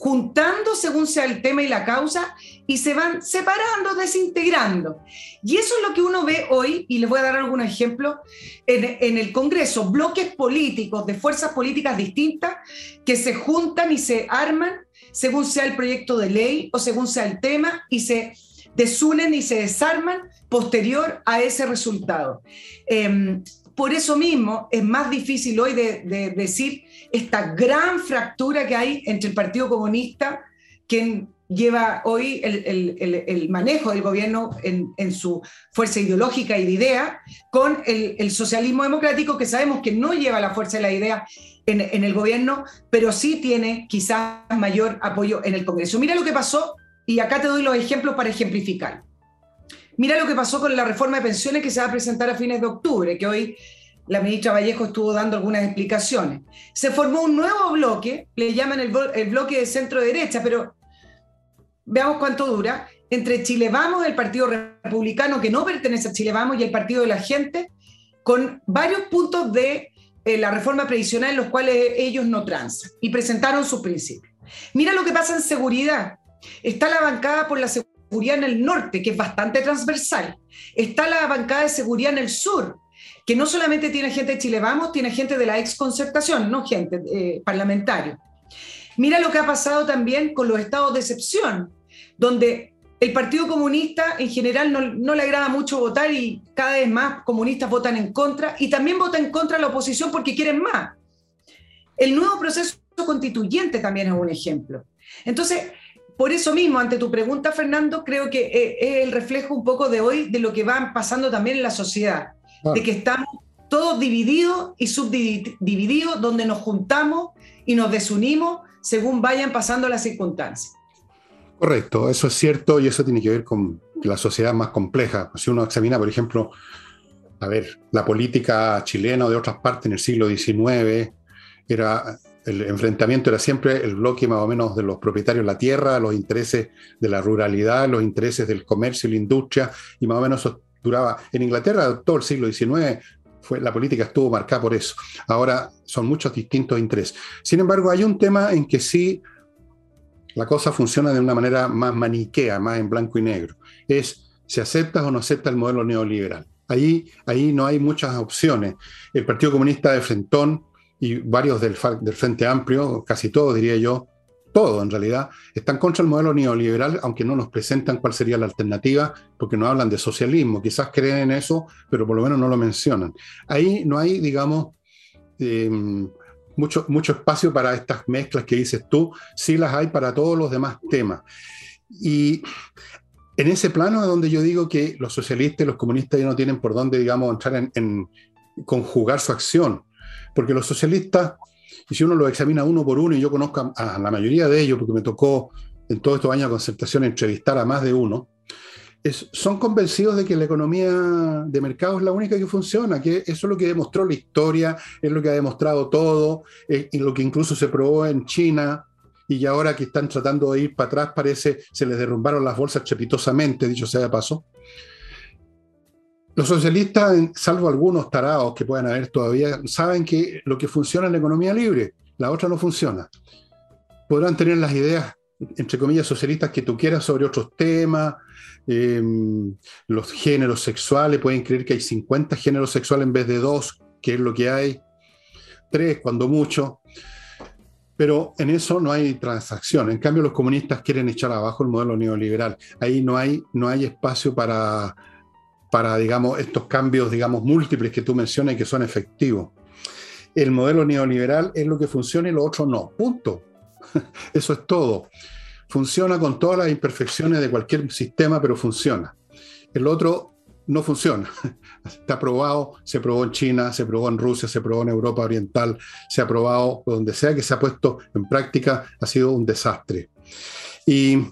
juntando según sea el tema y la causa, y se van separando, desintegrando. Y eso es lo que uno ve hoy, y les voy a dar algunos ejemplos, en, en el Congreso, bloques políticos de fuerzas políticas distintas que se juntan y se arman según sea el proyecto de ley o según sea el tema, y se desunen y se desarman posterior a ese resultado. Eh, por eso mismo es más difícil hoy de, de decir esta gran fractura que hay entre el Partido Comunista, quien lleva hoy el, el, el, el manejo del gobierno en, en su fuerza ideológica y de idea, con el, el socialismo democrático, que sabemos que no lleva la fuerza de la idea en, en el gobierno, pero sí tiene quizás mayor apoyo en el Congreso. Mira lo que pasó, y acá te doy los ejemplos para ejemplificar. Mira lo que pasó con la reforma de pensiones que se va a presentar a fines de octubre, que hoy la ministra Vallejo estuvo dando algunas explicaciones. Se formó un nuevo bloque, le llaman el, el bloque de centro-derecha, pero veamos cuánto dura, entre Chile Vamos, el Partido Republicano, que no pertenece a Chile Vamos, y el Partido de la Gente, con varios puntos de eh, la reforma previsional en los cuales ellos no transan, y presentaron sus principios. Mira lo que pasa en seguridad. Está la bancada por la seguridad en el norte, que es bastante transversal. Está la bancada de seguridad en el sur, que no solamente tiene gente de Chile Vamos, tiene gente de la exconcertación, no gente eh, parlamentaria. Mira lo que ha pasado también con los estados de excepción, donde el Partido Comunista en general no, no le agrada mucho votar, y cada vez más comunistas votan en contra, y también vota en contra la oposición porque quieren más. El nuevo proceso constituyente también es un ejemplo. Entonces, por eso mismo, ante tu pregunta, Fernando, creo que eh, es el reflejo un poco de hoy de lo que va pasando también en la sociedad, ah. de que estamos todos divididos y subdivididos, donde nos juntamos y nos desunimos según vayan pasando las circunstancias. Correcto, eso es cierto, y eso tiene que ver con la sociedad más compleja. Si uno examina, por ejemplo, a ver, la política chilena o de otras partes en el siglo diecinueve, era, el enfrentamiento era siempre el bloque más o menos de los propietarios de la tierra, los intereses de la ruralidad, los intereses del comercio y la industria, y más o menos eso duraba. En Inglaterra todo el siglo diecinueve fue, la política estuvo marcada por eso. Ahora son muchos distintos intereses. Sin embargo, hay un tema en que sí la cosa funciona de una manera más maniquea, más en blanco y negro. Es si aceptas o no aceptas el modelo neoliberal. Ahí, ahí no hay muchas opciones. El Partido Comunista de Frentón y varios del, del Frente Amplio, casi todos diría yo, todos en realidad, están contra el modelo neoliberal, aunque no nos presentan cuál sería la alternativa, porque no hablan de socialismo. Quizás creen en eso, pero por lo menos no lo mencionan. Ahí no hay, digamos, eh, mucho, mucho espacio para estas mezclas que dices tú. Sí las hay para todos los demás temas. Y en ese plano es donde yo digo que los socialistas y los comunistas ya no tienen por dónde, digamos, entrar en, en conjugar su acción. Porque los socialistas, y si uno lo examina uno por uno, y yo conozco a, a la mayoría de ellos, porque me tocó en todos estos años de concertación entrevistar a más de uno, es, son convencidos de que la economía de mercado es la única que funciona, que eso es lo que demostró la historia, es lo que ha demostrado todo, es, y lo que incluso se probó en China, y ahora que están tratando de ir para atrás, parece se les derrumbaron las bolsas estrepitosamente, dicho sea de paso. Los socialistas, salvo algunos tarados que puedan haber todavía, saben que lo que funciona es la economía libre, la otra no funciona. Podrán tener las ideas, entre comillas, socialistas que tú quieras sobre otros temas, eh, los géneros sexuales, pueden creer que hay cincuenta géneros sexuales en vez de dos, que es lo que hay, tres cuando mucho, pero en eso no hay transacción. En cambio, los comunistas quieren echar abajo el modelo neoliberal. Ahí no hay, no hay espacio para... para, digamos, estos cambios, digamos, múltiples que tú mencionas y que son efectivos. El modelo neoliberal es lo que funciona y lo otro no. Punto. Eso es todo. Funciona con todas las imperfecciones de cualquier sistema, pero funciona. El otro no funciona. Está probado, se probó en China, se probó en Rusia, se probó en Europa Oriental, se ha probado donde sea que se ha puesto en práctica, ha sido un desastre. Y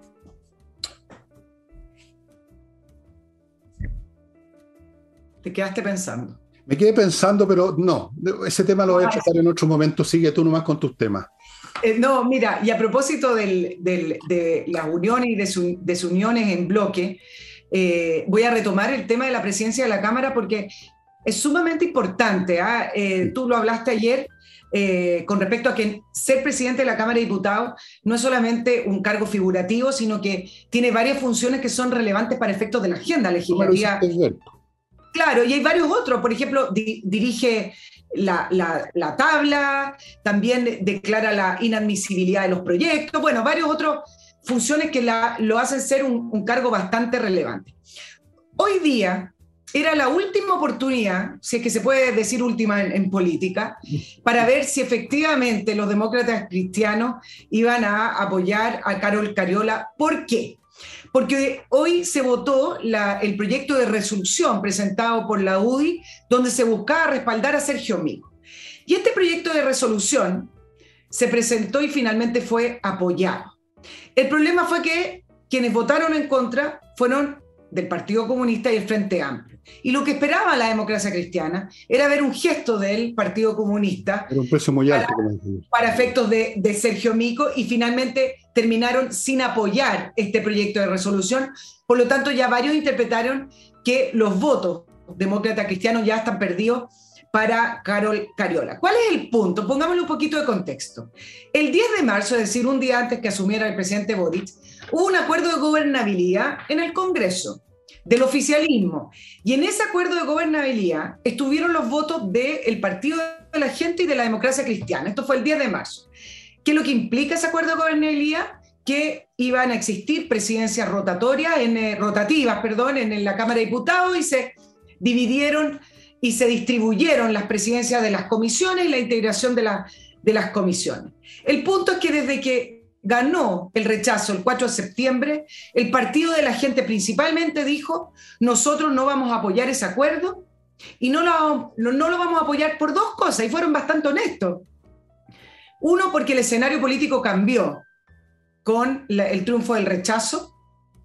te quedaste pensando. Me quedé pensando, pero no, ese tema lo voy a tratar en otro momento. Sigue tú nomás con tus temas. Eh, no, mira, y a propósito del, del, de las uniones y desu, desuniones en bloque, eh, voy a retomar el tema de la presidencia de la Cámara porque es sumamente importante. ¿eh? Eh, tú lo hablaste ayer, eh, con respecto a que ser presidente de la Cámara de Diputados no es solamente un cargo figurativo, sino que tiene varias funciones que son relevantes para efectos de la agenda legislativa. Claro, y hay varios otros. Por ejemplo, di- dirige la, la, la tabla, también declara la inadmisibilidad de los proyectos, bueno, varios otros funciones que la, lo hacen ser un, un cargo bastante relevante. Hoy día era la última oportunidad, si es que se puede decir última en, en política, para ver si efectivamente los demócratas cristianos iban a apoyar a Carol Cariola. ¿Por qué? Porque hoy se votó la, el proyecto de resolución presentado por la U D I, donde se buscaba respaldar a Sergio Mico. Y este proyecto de resolución se presentó y finalmente fue apoyado. El problema fue que quienes votaron en contra fueron del Partido Comunista y el Frente Amplio. Y lo que esperaba la democracia cristiana era ver un gesto del Partido Comunista. Era un precio muy alto, para, para efectos de, de Sergio Mico, y finalmente terminaron sin apoyar este proyecto de resolución. Por lo tanto, ya varios interpretaron que los votos demócratas cristianos ya están perdidos para Carol Cariola. ¿Cuál es el punto? Pongámosle un poquito de contexto. El diez de marzo, es decir, un día antes que asumiera el presidente Boric, hubo un acuerdo de gobernabilidad en el Congreso del oficialismo. Y en ese acuerdo de gobernabilidad estuvieron los votos del Partido de la Gente y de la Democracia Cristiana. Esto fue el diez de marzo. ¿Qué es lo que implica ese acuerdo de gobernabilidad? Que iban a existir presidencias rotatorias, en, eh, rotativas perdón, en, en la Cámara de Diputados, y se dividieron y se distribuyeron las presidencias de las comisiones y la integración de, la, de las comisiones. El punto es que desde que ganó el rechazo el cuatro de septiembre, el Partido de la Gente principalmente dijo: nosotros no vamos a apoyar ese acuerdo, y no lo, no, no lo vamos a apoyar por dos cosas, y fueron bastante honestos. Uno, porque el escenario político cambió con la, el triunfo del rechazo,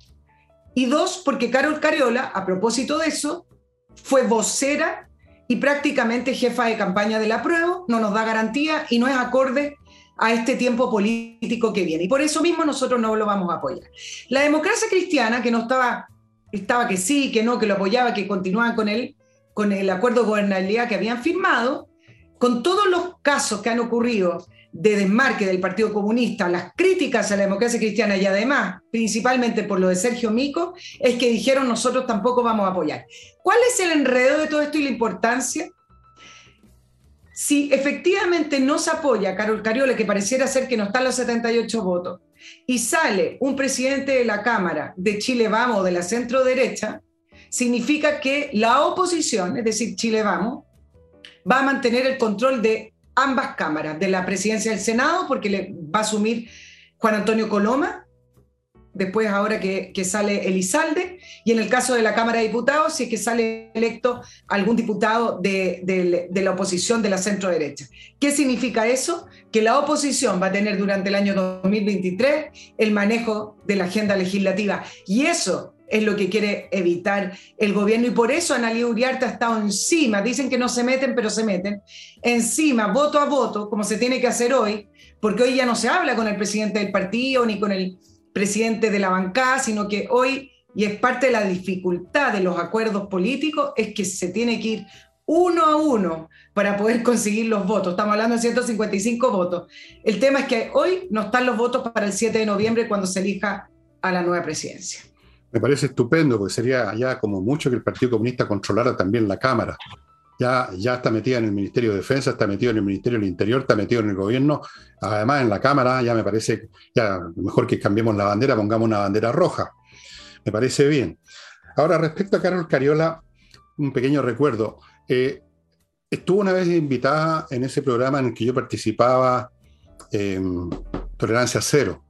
y dos, porque Carol Cariola, a propósito de eso, fue vocera y prácticamente jefa de campaña del apruebo, no nos da garantía y no es acorde a este tiempo político que viene. Y por eso mismo nosotros no lo vamos a apoyar. La democracia cristiana, que no estaba, estaba que sí, que no, que lo apoyaba, que continuaban con el, con el acuerdo de gobernabilidad que habían firmado, con todos los casos que han ocurrido de desmarque del Partido Comunista, las críticas a la democracia cristiana y además, principalmente por lo de Sergio Mico, es que dijeron: nosotros tampoco vamos a apoyar. ¿Cuál es el enredo de todo esto y la importancia? Si efectivamente no se apoya a Carol Cariola, que pareciera ser que no están los setenta y ocho votos, y sale un presidente de la Cámara de Chile Vamos, de la centro derecha, significa que la oposición, es decir, Chile Vamos, va a mantener el control de ambas cámaras, de la presidencia del Senado, porque le va a asumir Juan Antonio Coloma, después ahora que, que sale Elizalde, y en el caso de la Cámara de Diputados, si es que sale electo algún diputado de, de, de la oposición de la centro derecha. ¿Qué significa eso? Que la oposición va a tener durante el año dos mil veintitrés el manejo de la agenda legislativa, y eso es lo que quiere evitar el gobierno, y por eso Analía Uriarte ha estado encima. Dicen que no se meten, pero se meten encima, voto a voto, como se tiene que hacer hoy, porque hoy ya no se habla con el presidente del partido ni con el presidente de la bancada, sino que hoy, y es parte de la dificultad de los acuerdos políticos, es que se tiene que ir uno a uno para poder conseguir los votos. Estamos hablando de ciento cincuenta y cinco votos. El tema es que hoy no están los votos para el siete de noviembre, cuando se elija a la nueva presidencia. Me parece estupendo, porque sería ya como mucho que el Partido Comunista controlara también la Cámara. Ya, ya está metida en el Ministerio de Defensa, está metido en el Ministerio del Interior, está metido en el gobierno. Además, en la Cámara ya me parece, ya mejor que cambiemos la bandera, pongamos una bandera roja. Me parece bien. Ahora, respecto a Carol Cariola, un pequeño recuerdo. Eh, estuvo una vez invitada en ese programa en el que yo participaba, eh, Tolerancia Cero.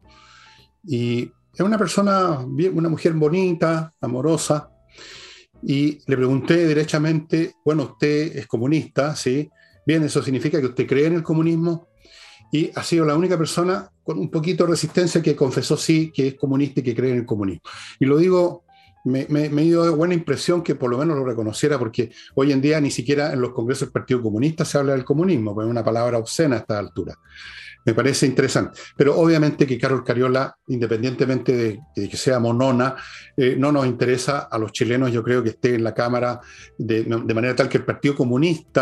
Y es una persona, una mujer bonita, amorosa, y le pregunté derechamente: bueno, usted es comunista, ¿sí? Bien, ¿eso significa que usted cree en el comunismo? Y ha sido la única persona con un poquito de resistencia que confesó sí, que es comunista y que cree en el comunismo. Y lo digo, me, me, me dio buena impresión que por lo menos lo reconociera, porque hoy en día ni siquiera en los congresos del Partido Comunista se habla del comunismo, pues es una palabra obscena a esta altura. Me parece interesante. Pero obviamente que Carol Cariola, independientemente de, de que sea monona, eh, no nos interesa a los chilenos. Yo creo que esté en la Cámara de, de manera tal que el Partido Comunista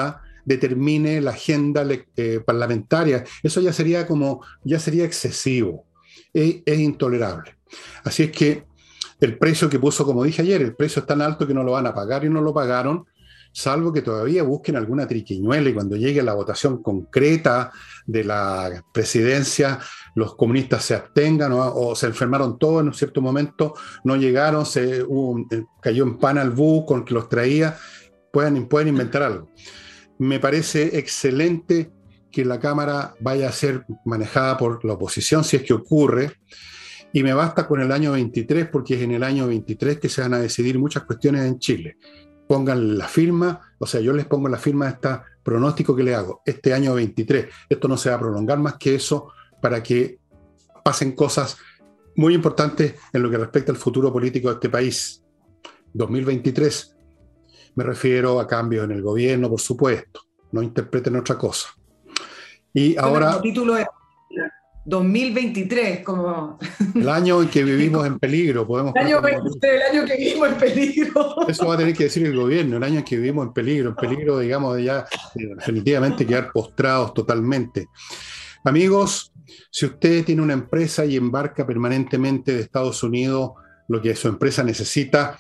determine la agenda eh, parlamentaria. Eso ya sería como, ya sería excesivo, es, es intolerable. Así es que el precio que puso, como dije ayer, el precio es tan alto que no lo van a pagar y no lo pagaron, salvo que todavía busquen alguna triquiñuela y cuando llegue la votación concreta de la presidencia, los comunistas se abstengan o, o se enfermaron todos en un cierto momento, no llegaron, se, hubo, cayó en pana el bus con que los traía, pueden, pueden inventar algo. Me parece excelente que la Cámara vaya a ser manejada por la oposición, si es que ocurre, y me basta con el año veintitrés, porque es en el año veintitrés que se van a decidir muchas cuestiones en Chile. Pongan la firma, o sea, yo les pongo la firma a este pronóstico que le hago, este año veintitrés. Esto no se va a prolongar más que eso para que pasen cosas muy importantes en lo que respecta al futuro político de este país. dos mil veintitrés, me refiero a cambios en el gobierno, por supuesto, no interpreten otra cosa. Y ahora... El título es dos mil veintitrés, como... El año en que vivimos en peligro, podemos... El año veintitrés, el año que vivimos en peligro. Eso va a tener que decir el gobierno, el año en que vivimos en peligro, en peligro, digamos, de ya definitivamente quedar postrados totalmente. Amigos, si usted tiene una empresa y embarca permanentemente de Estados Unidos lo que su empresa necesita,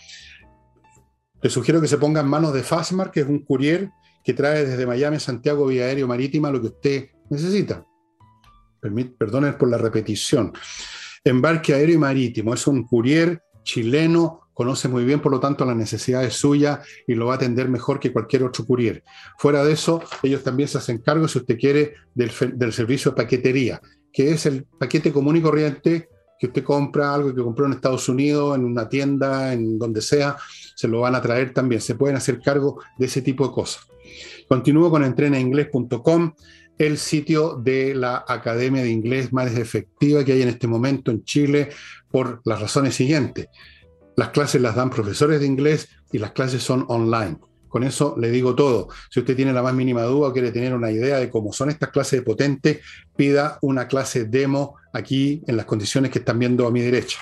te sugiero que se ponga en manos de Fastmark, que es un courier que trae desde Miami a Santiago vía aéreo marítima lo que usted necesita. Perdonen por la repetición. Embarque aéreo y marítimo. Es un courier chileno, conoce muy bien, por lo tanto, las necesidades suyas y lo va a atender mejor que cualquier otro courier. Fuera de eso, ellos también se hacen cargo, si usted quiere, del, del servicio de paquetería, que es el paquete común y corriente que usted compra, algo que compró en Estados Unidos, en una tienda, en donde sea, se lo van a traer también. Se pueden hacer cargo de ese tipo de cosas. Continúo con entrena inglés punto com, el sitio de la academia de inglés más efectiva que hay en este momento en Chile, por las razones siguientes. Las clases las dan profesores de inglés y las clases son online. Con eso le digo todo. Si usted tiene la más mínima duda o quiere tener una idea de cómo son estas clases de potente, pida una clase demo aquí en las condiciones que están viendo a mi derecha.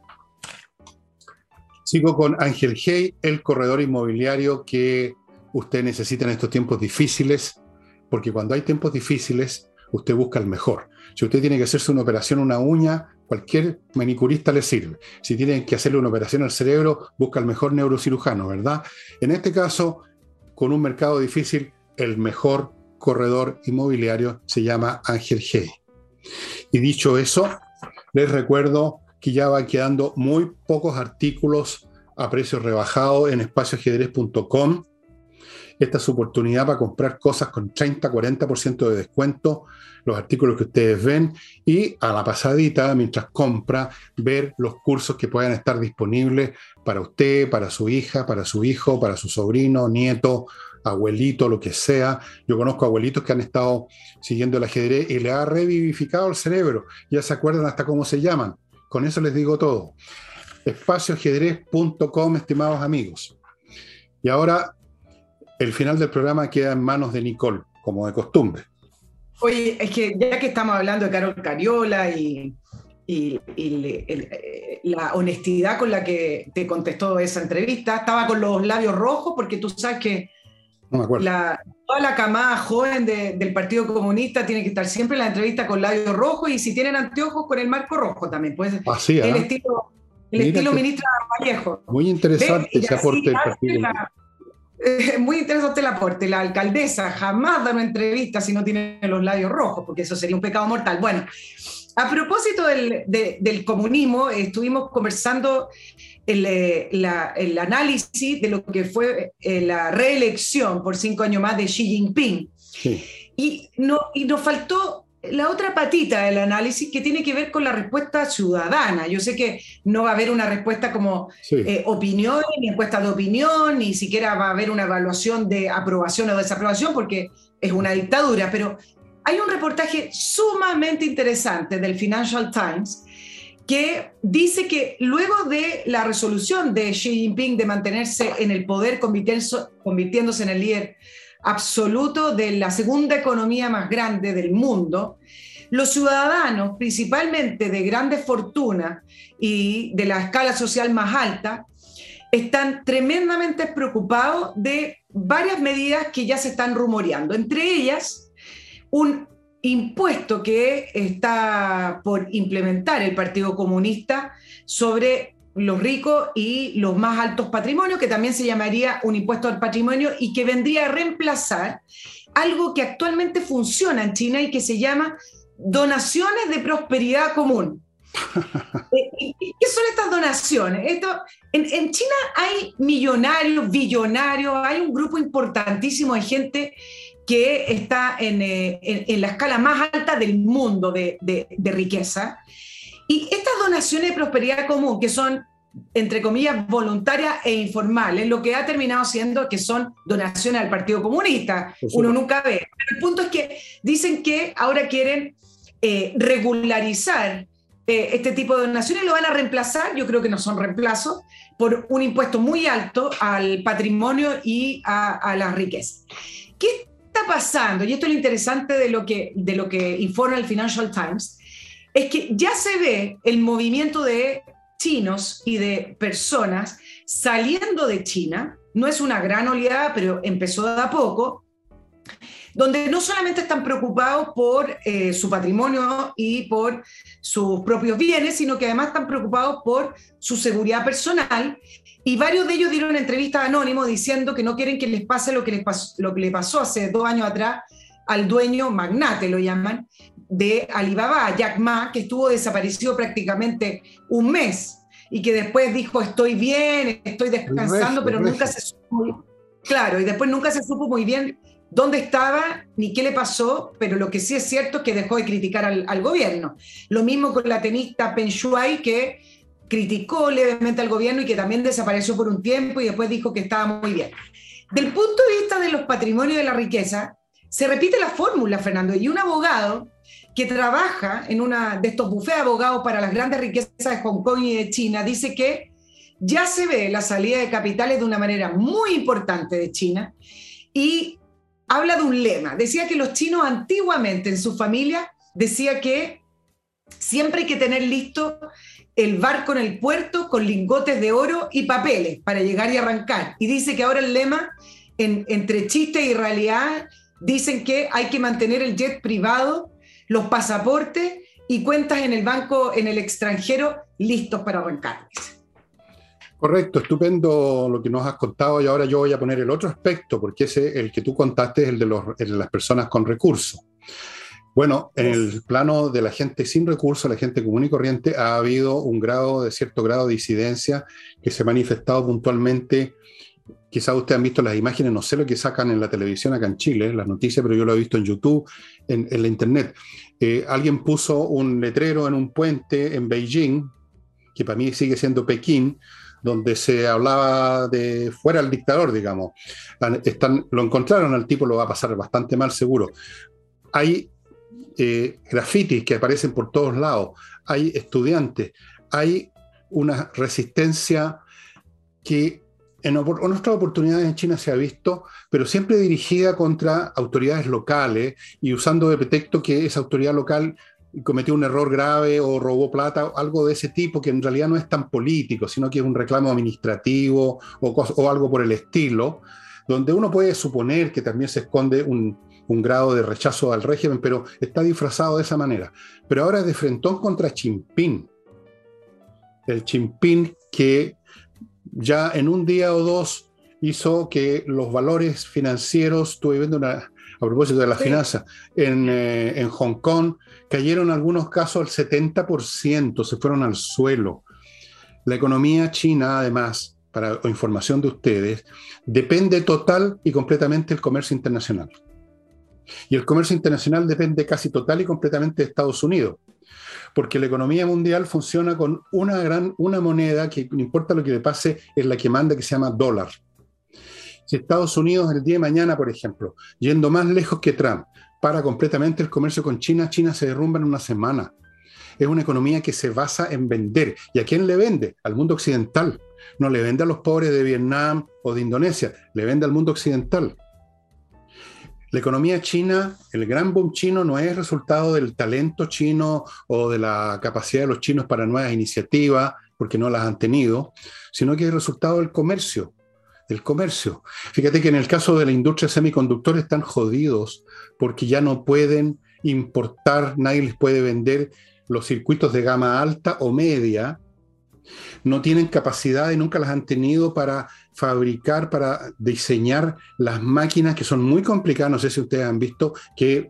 Sigo con Ángel Hey, el corredor inmobiliario que usted necesita en estos tiempos difíciles, porque cuando hay tiempos difíciles, usted busca el mejor. Si usted tiene que hacerse una operación, una uña, cualquier manicurista le sirve. Si tiene que hacerle una operación al cerebro, busca el mejor neurocirujano, ¿verdad? En este caso, con un mercado difícil, el mejor corredor inmobiliario se llama Ángel Hey. Y dicho eso, les recuerdo que ya van quedando muy pocos artículos a precios rebajados en espacio ajedrez punto com. Esta es su oportunidad para comprar cosas con treinta a cuarenta por ciento de descuento, los artículos que ustedes ven, y a la pasadita, mientras compra, ver los cursos que puedan estar disponibles para usted, para su hija, para su hijo, para su sobrino, nieto, abuelito, lo que sea. Yo conozco abuelitos que han estado siguiendo el ajedrez y le ha revivificado el cerebro. Ya se acuerdan hasta cómo se llaman. Con eso les digo todo. espacio ajedrez punto com, estimados amigos. Y ahora... el final del programa queda en manos de Nicole, como de costumbre. Oye, es que ya que estamos hablando de Carol Cariola y, y, y el, la honestidad con la que te contestó esa entrevista, estaba con los labios rojos, porque tú sabes que no me acuerdo. La, toda la camada joven de, del Partido Comunista tiene que estar siempre en la entrevista con labios rojos, y si tienen anteojos, con el marco rojo también. Pues, así, el ¿eh? estilo, el estilo ministra Vallejo. Muy interesante ¿Ve? ese aporte del Partido Comunista. Eh, muy interesante el aporte. La alcaldesa jamás da una entrevista si no tiene los labios rojos, porque eso sería un pecado mortal. Bueno, a propósito del, de, del comunismo, eh, estuvimos conversando el, eh, la, el análisis de lo que fue eh, la reelección por cinco años más de Xi Jinping. Sí. Y, no, y nos faltó la otra patita del análisis, que tiene que ver con la respuesta ciudadana. Yo sé que no va a haber una respuesta como sí. eh, opinión, ni encuesta de opinión, ni siquiera va a haber una evaluación de aprobación o desaprobación, porque es una dictadura, pero hay un reportaje sumamente interesante del Financial Times que dice que luego de la resolución de Xi Jinping de mantenerse en el poder, convirtiéndose en el líder absoluto de la segunda economía más grande del mundo, los ciudadanos, principalmente de grandes fortunas y de la escala social más alta, están tremendamente preocupados de varias medidas que ya se están rumoreando, entre ellas un impuesto que está por implementar el Partido Comunista sobre los ricos y los más altos patrimonios, que también se llamaría un impuesto al patrimonio y que vendría a reemplazar algo que actualmente funciona en China y que se llama donaciones de prosperidad común. ¿Qué son estas donaciones? Esto, en, en China hay millonarios, billonarios, hay un grupo importantísimo de gente que está en, eh, en, en la escala más alta del mundo de, de, de riqueza. Y estas donaciones de prosperidad común, que son, entre comillas, voluntarias e informales, lo que ha terminado siendo que son donaciones al Partido Comunista. Uno nunca ve. Pero el punto es que dicen que ahora quieren eh, regularizar eh, este tipo de donaciones, lo van a reemplazar, yo creo que no son reemplazos, por un impuesto muy alto al patrimonio y a, a las riquezas. ¿Qué está pasando? Y esto es lo interesante de lo que, de lo que informa el Financial Times, es que ya se ve el movimiento de chinos y de personas saliendo de China, no es una gran oleada, pero empezó de a poco, donde no solamente están preocupados por eh, su patrimonio y por sus propios bienes, sino que además están preocupados por su seguridad personal, y varios de ellos dieron entrevistas anónimos diciendo que no quieren que les pase lo que les pasó, lo que le pasó hace dos años atrás al dueño magnate, lo llaman, de Alibaba, Jack Ma, que estuvo desaparecido prácticamente un mes y que después dijo estoy bien, estoy descansando, pero nunca se supo, claro, y después nunca se supo muy bien dónde estaba ni qué le pasó, pero lo que sí es cierto es que dejó de criticar al, al gobierno. Lo mismo con la tenista Peng Shuai, que criticó levemente al gobierno y que también desapareció por un tiempo y después dijo que estaba muy bien. Del punto de vista de los patrimonios y de la riqueza, se repite la fórmula, Fernando, y un abogado que trabaja en una de estos bufés de abogados para las grandes riquezas de Hong Kong y de China, dice que ya se ve la salida de capitales de una manera muy importante de China y habla de un lema. Decía que los chinos antiguamente en su familia decía que siempre hay que tener listo el barco en el puerto con lingotes de oro y papeles para llegar y arrancar. Y dice que ahora el lema, en, entre chiste y realidad, dicen que hay que mantener el jet privado, los pasaportes y cuentas en el banco en el extranjero listos para arrancar. Correcto, estupendo lo que nos has contado, y ahora yo voy a poner el otro aspecto, porque ese, el que tú contaste, es el de, los, el de las personas con recursos. Bueno, en el plano de la gente sin recursos, la gente común y corriente, ha habido un grado, de cierto grado de disidencia que se ha manifestado puntualmente. Quizás ustedes han visto las imágenes, no sé lo que sacan en la televisión acá en Chile, las noticias, pero yo lo he visto en YouTube, en, en la internet. Eh, alguien puso un letrero en un puente en Beijing, que para mí sigue siendo Pekín, donde se hablaba de fuera el dictador, digamos. Están, lo encontraron al tipo, lo va a pasar bastante mal seguro. Hay eh, grafitis que aparecen por todos lados, hay estudiantes, hay una resistencia que en otras oportunidades en China se ha visto, pero siempre dirigida contra autoridades locales y usando de pretexto que esa autoridad local cometió un error grave o robó plata, o algo de ese tipo, que en realidad no es tan político, sino que es un reclamo administrativo o, o algo por el estilo, donde uno puede suponer que también se esconde un, un grado de rechazo al régimen, pero está disfrazado de esa manera. Pero ahora es de frentón contra Xi Jinping. El Xi Jinping que ya en un día o dos hizo que los valores financieros, estuve viendo una, a propósito de las sí. finanzas, en, eh, en Hong Kong, cayeron en algunos casos al setenta por ciento, se fueron al suelo. La economía china, además, para información de ustedes, depende total y completamente del comercio internacional. Y el comercio internacional depende casi total y completamente de Estados Unidos, porque la economía mundial funciona con una, gran, una moneda que no importa lo que le pase, es la que manda, que se llama dólar. Si Estados Unidos el día de mañana, por ejemplo, yendo más lejos que Trump, para completamente el comercio con China, China se derrumba en una semana. Es una economía que se basa en vender. ¿Y a quién le vende? Al mundo occidental. No le vende a los pobres de Vietnam o de Indonesia, le vende al mundo occidental. La economía china, el gran boom chino, no es resultado del talento chino o de la capacidad de los chinos para nuevas iniciativas, porque no las han tenido, sino que es resultado del comercio. El comercio. Fíjate que en el caso de la industria semiconductor están jodidos porque ya no pueden importar, nadie les puede vender los circuitos de gama alta o media, no tienen capacidad y nunca las han tenido para fabricar, para diseñar las máquinas que son muy complicadas, no sé si ustedes han visto, que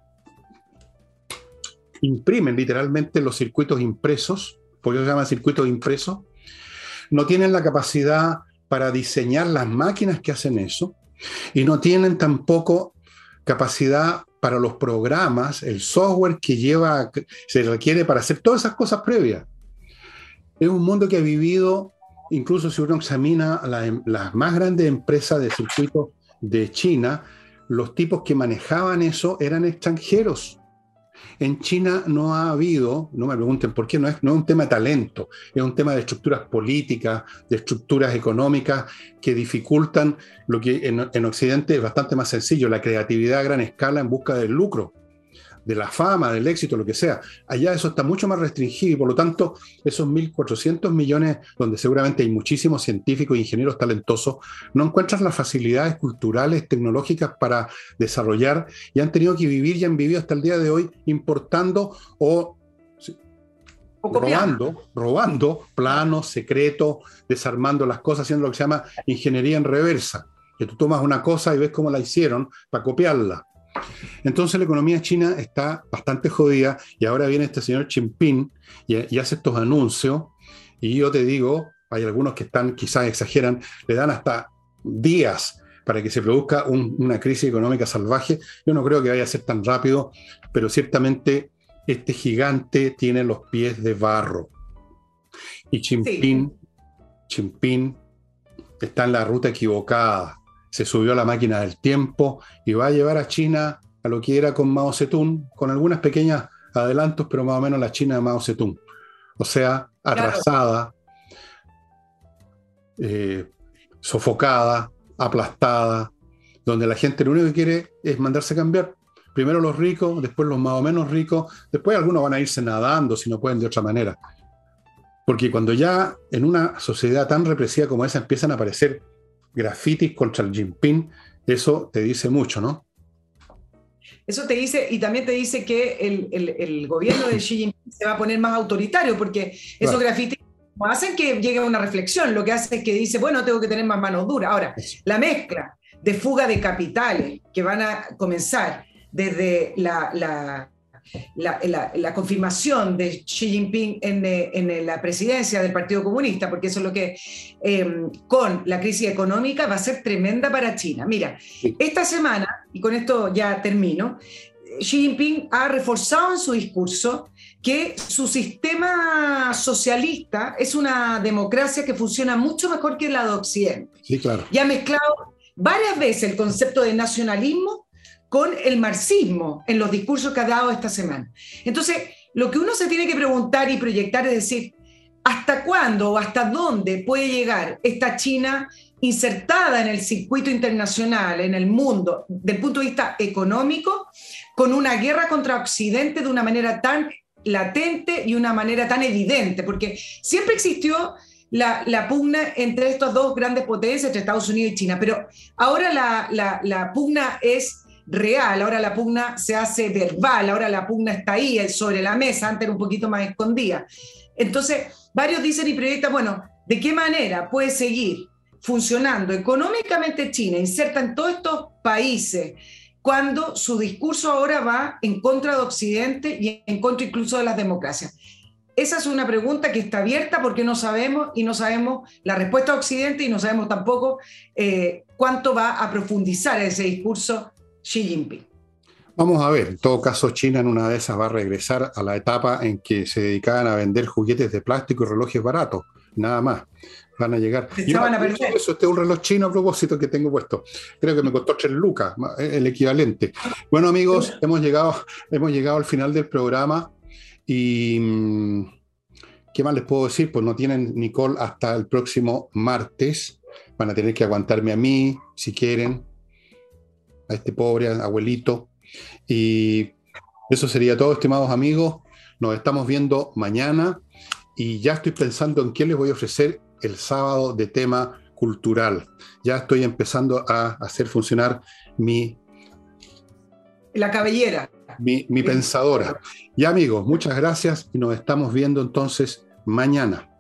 imprimen literalmente los circuitos impresos, por eso se llaman circuitos impresos, no tienen la capacidad para diseñar las máquinas que hacen eso, y no tienen tampoco capacidad para los programas, el software que lleva, se requiere para hacer todas esas cosas previas. Es un mundo que ha vivido, incluso si uno examina la, las más grandes empresas de circuitos de China, los tipos que manejaban eso eran extranjeros. En China no ha habido, no me pregunten por qué, no es, no es un tema de talento, es un tema de estructuras políticas, de estructuras económicas que dificultan lo que en, en Occidente es bastante más sencillo, la creatividad a gran escala en busca del lucro, de la fama, del éxito, lo que sea. Allá eso está mucho más restringido y por lo tanto esos mil cuatrocientos millones, donde seguramente hay muchísimos científicos e ingenieros talentosos, no encuentran las facilidades culturales, tecnológicas para desarrollar y han tenido que vivir y han vivido hasta el día de hoy importando o, o robando, robando planos secretos, desarmando las cosas, haciendo lo que se llama ingeniería en reversa, que tú tomas una cosa y ves cómo la hicieron para copiarla. Entonces la economía china está bastante jodida y ahora viene este señor Xi Jinping y, y hace estos anuncios y yo te digo, hay algunos que están, quizás exageran, le dan hasta días para que se produzca un, una crisis económica salvaje. Yo no creo que vaya a ser tan rápido, pero ciertamente este gigante tiene los pies de barro. Y Xi Jinping, sí. Xi Jinping está en la ruta equivocada. Se subió a la máquina del tiempo y va a llevar a China a lo que era con Mao Zedong, con algunas pequeñas adelantos, pero más o menos la China de Mao Zedong. O sea, atrasada, claro. eh, sofocada, aplastada, donde la gente lo único que quiere es mandarse a cambiar. Primero los ricos, después los más o menos ricos, después algunos van a irse nadando si no pueden de otra manera. Porque cuando ya en una sociedad tan represiva como esa empiezan a aparecer grafitis contra el Jinping, eso te dice mucho, ¿no? Eso te dice, y también te dice que el, el, el gobierno de Xi Jinping se va a poner más autoritario, porque esos claro. grafitis no hacen que llegue a una reflexión, lo que hace es que dice, bueno, tengo que tener más manos duras. Ahora, la mezcla de fuga de capitales que van a comenzar desde la... la La, la, la confirmación de Xi Jinping en, en la presidencia del Partido Comunista, porque eso es lo que, eh, con la crisis económica, va a ser tremenda para China. Mira, sí. Esta semana, y con esto ya termino, Xi Jinping ha reforzado en su discurso que su sistema socialista es una democracia que funciona mucho mejor que la de Occidente. Sí, claro. Y ha mezclado varias veces el concepto de nacionalismo con el marxismo en los discursos que ha dado esta semana. Entonces, lo que uno se tiene que preguntar y proyectar es decir, ¿hasta cuándo o hasta dónde puede llegar esta China insertada en el circuito internacional, en el mundo, desde el punto de vista económico, con una guerra contra Occidente de una manera tan latente y una manera tan evidente? Porque siempre existió la, la pugna entre estas dos grandes potencias, entre Estados Unidos y China, pero ahora la, la, la pugna es real, ahora la pugna se hace verbal, ahora la pugna está ahí sobre la mesa, antes era un poquito más escondida. Entonces, varios dicen y proyectan, bueno, ¿de qué manera puede seguir funcionando económicamente China, inserta en todos estos países, cuando su discurso ahora va en contra de Occidente y en contra incluso de las democracias? Esa es una pregunta que está abierta porque no sabemos, y no sabemos la respuesta de Occidente y no sabemos tampoco eh, cuánto va a profundizar ese discurso Xi Jinping. Vamos a ver, en todo caso China en una de esas va a regresar a la etapa en que se dedicaban a vender juguetes de plástico y relojes baratos, nada más. Van a llegar. Se van a perder. Eso, este es un reloj chino a propósito que tengo puesto. Creo que me costó tres lucas, el equivalente. Bueno, amigos, hemos llegado, hemos llegado al final del programa y ¿qué más les puedo decir? Pues no tienen Nicole hasta el próximo martes. Van a tener que aguantarme a mí, si quieren, a este pobre abuelito. Y eso sería todo, estimados amigos. Nos estamos viendo mañana y ya estoy pensando en qué les voy a ofrecer el sábado de tema cultural. Ya estoy empezando a hacer funcionar mi... La cabellera. Mi, mi pensadora. Ya amigos, muchas gracias y nos estamos viendo entonces mañana.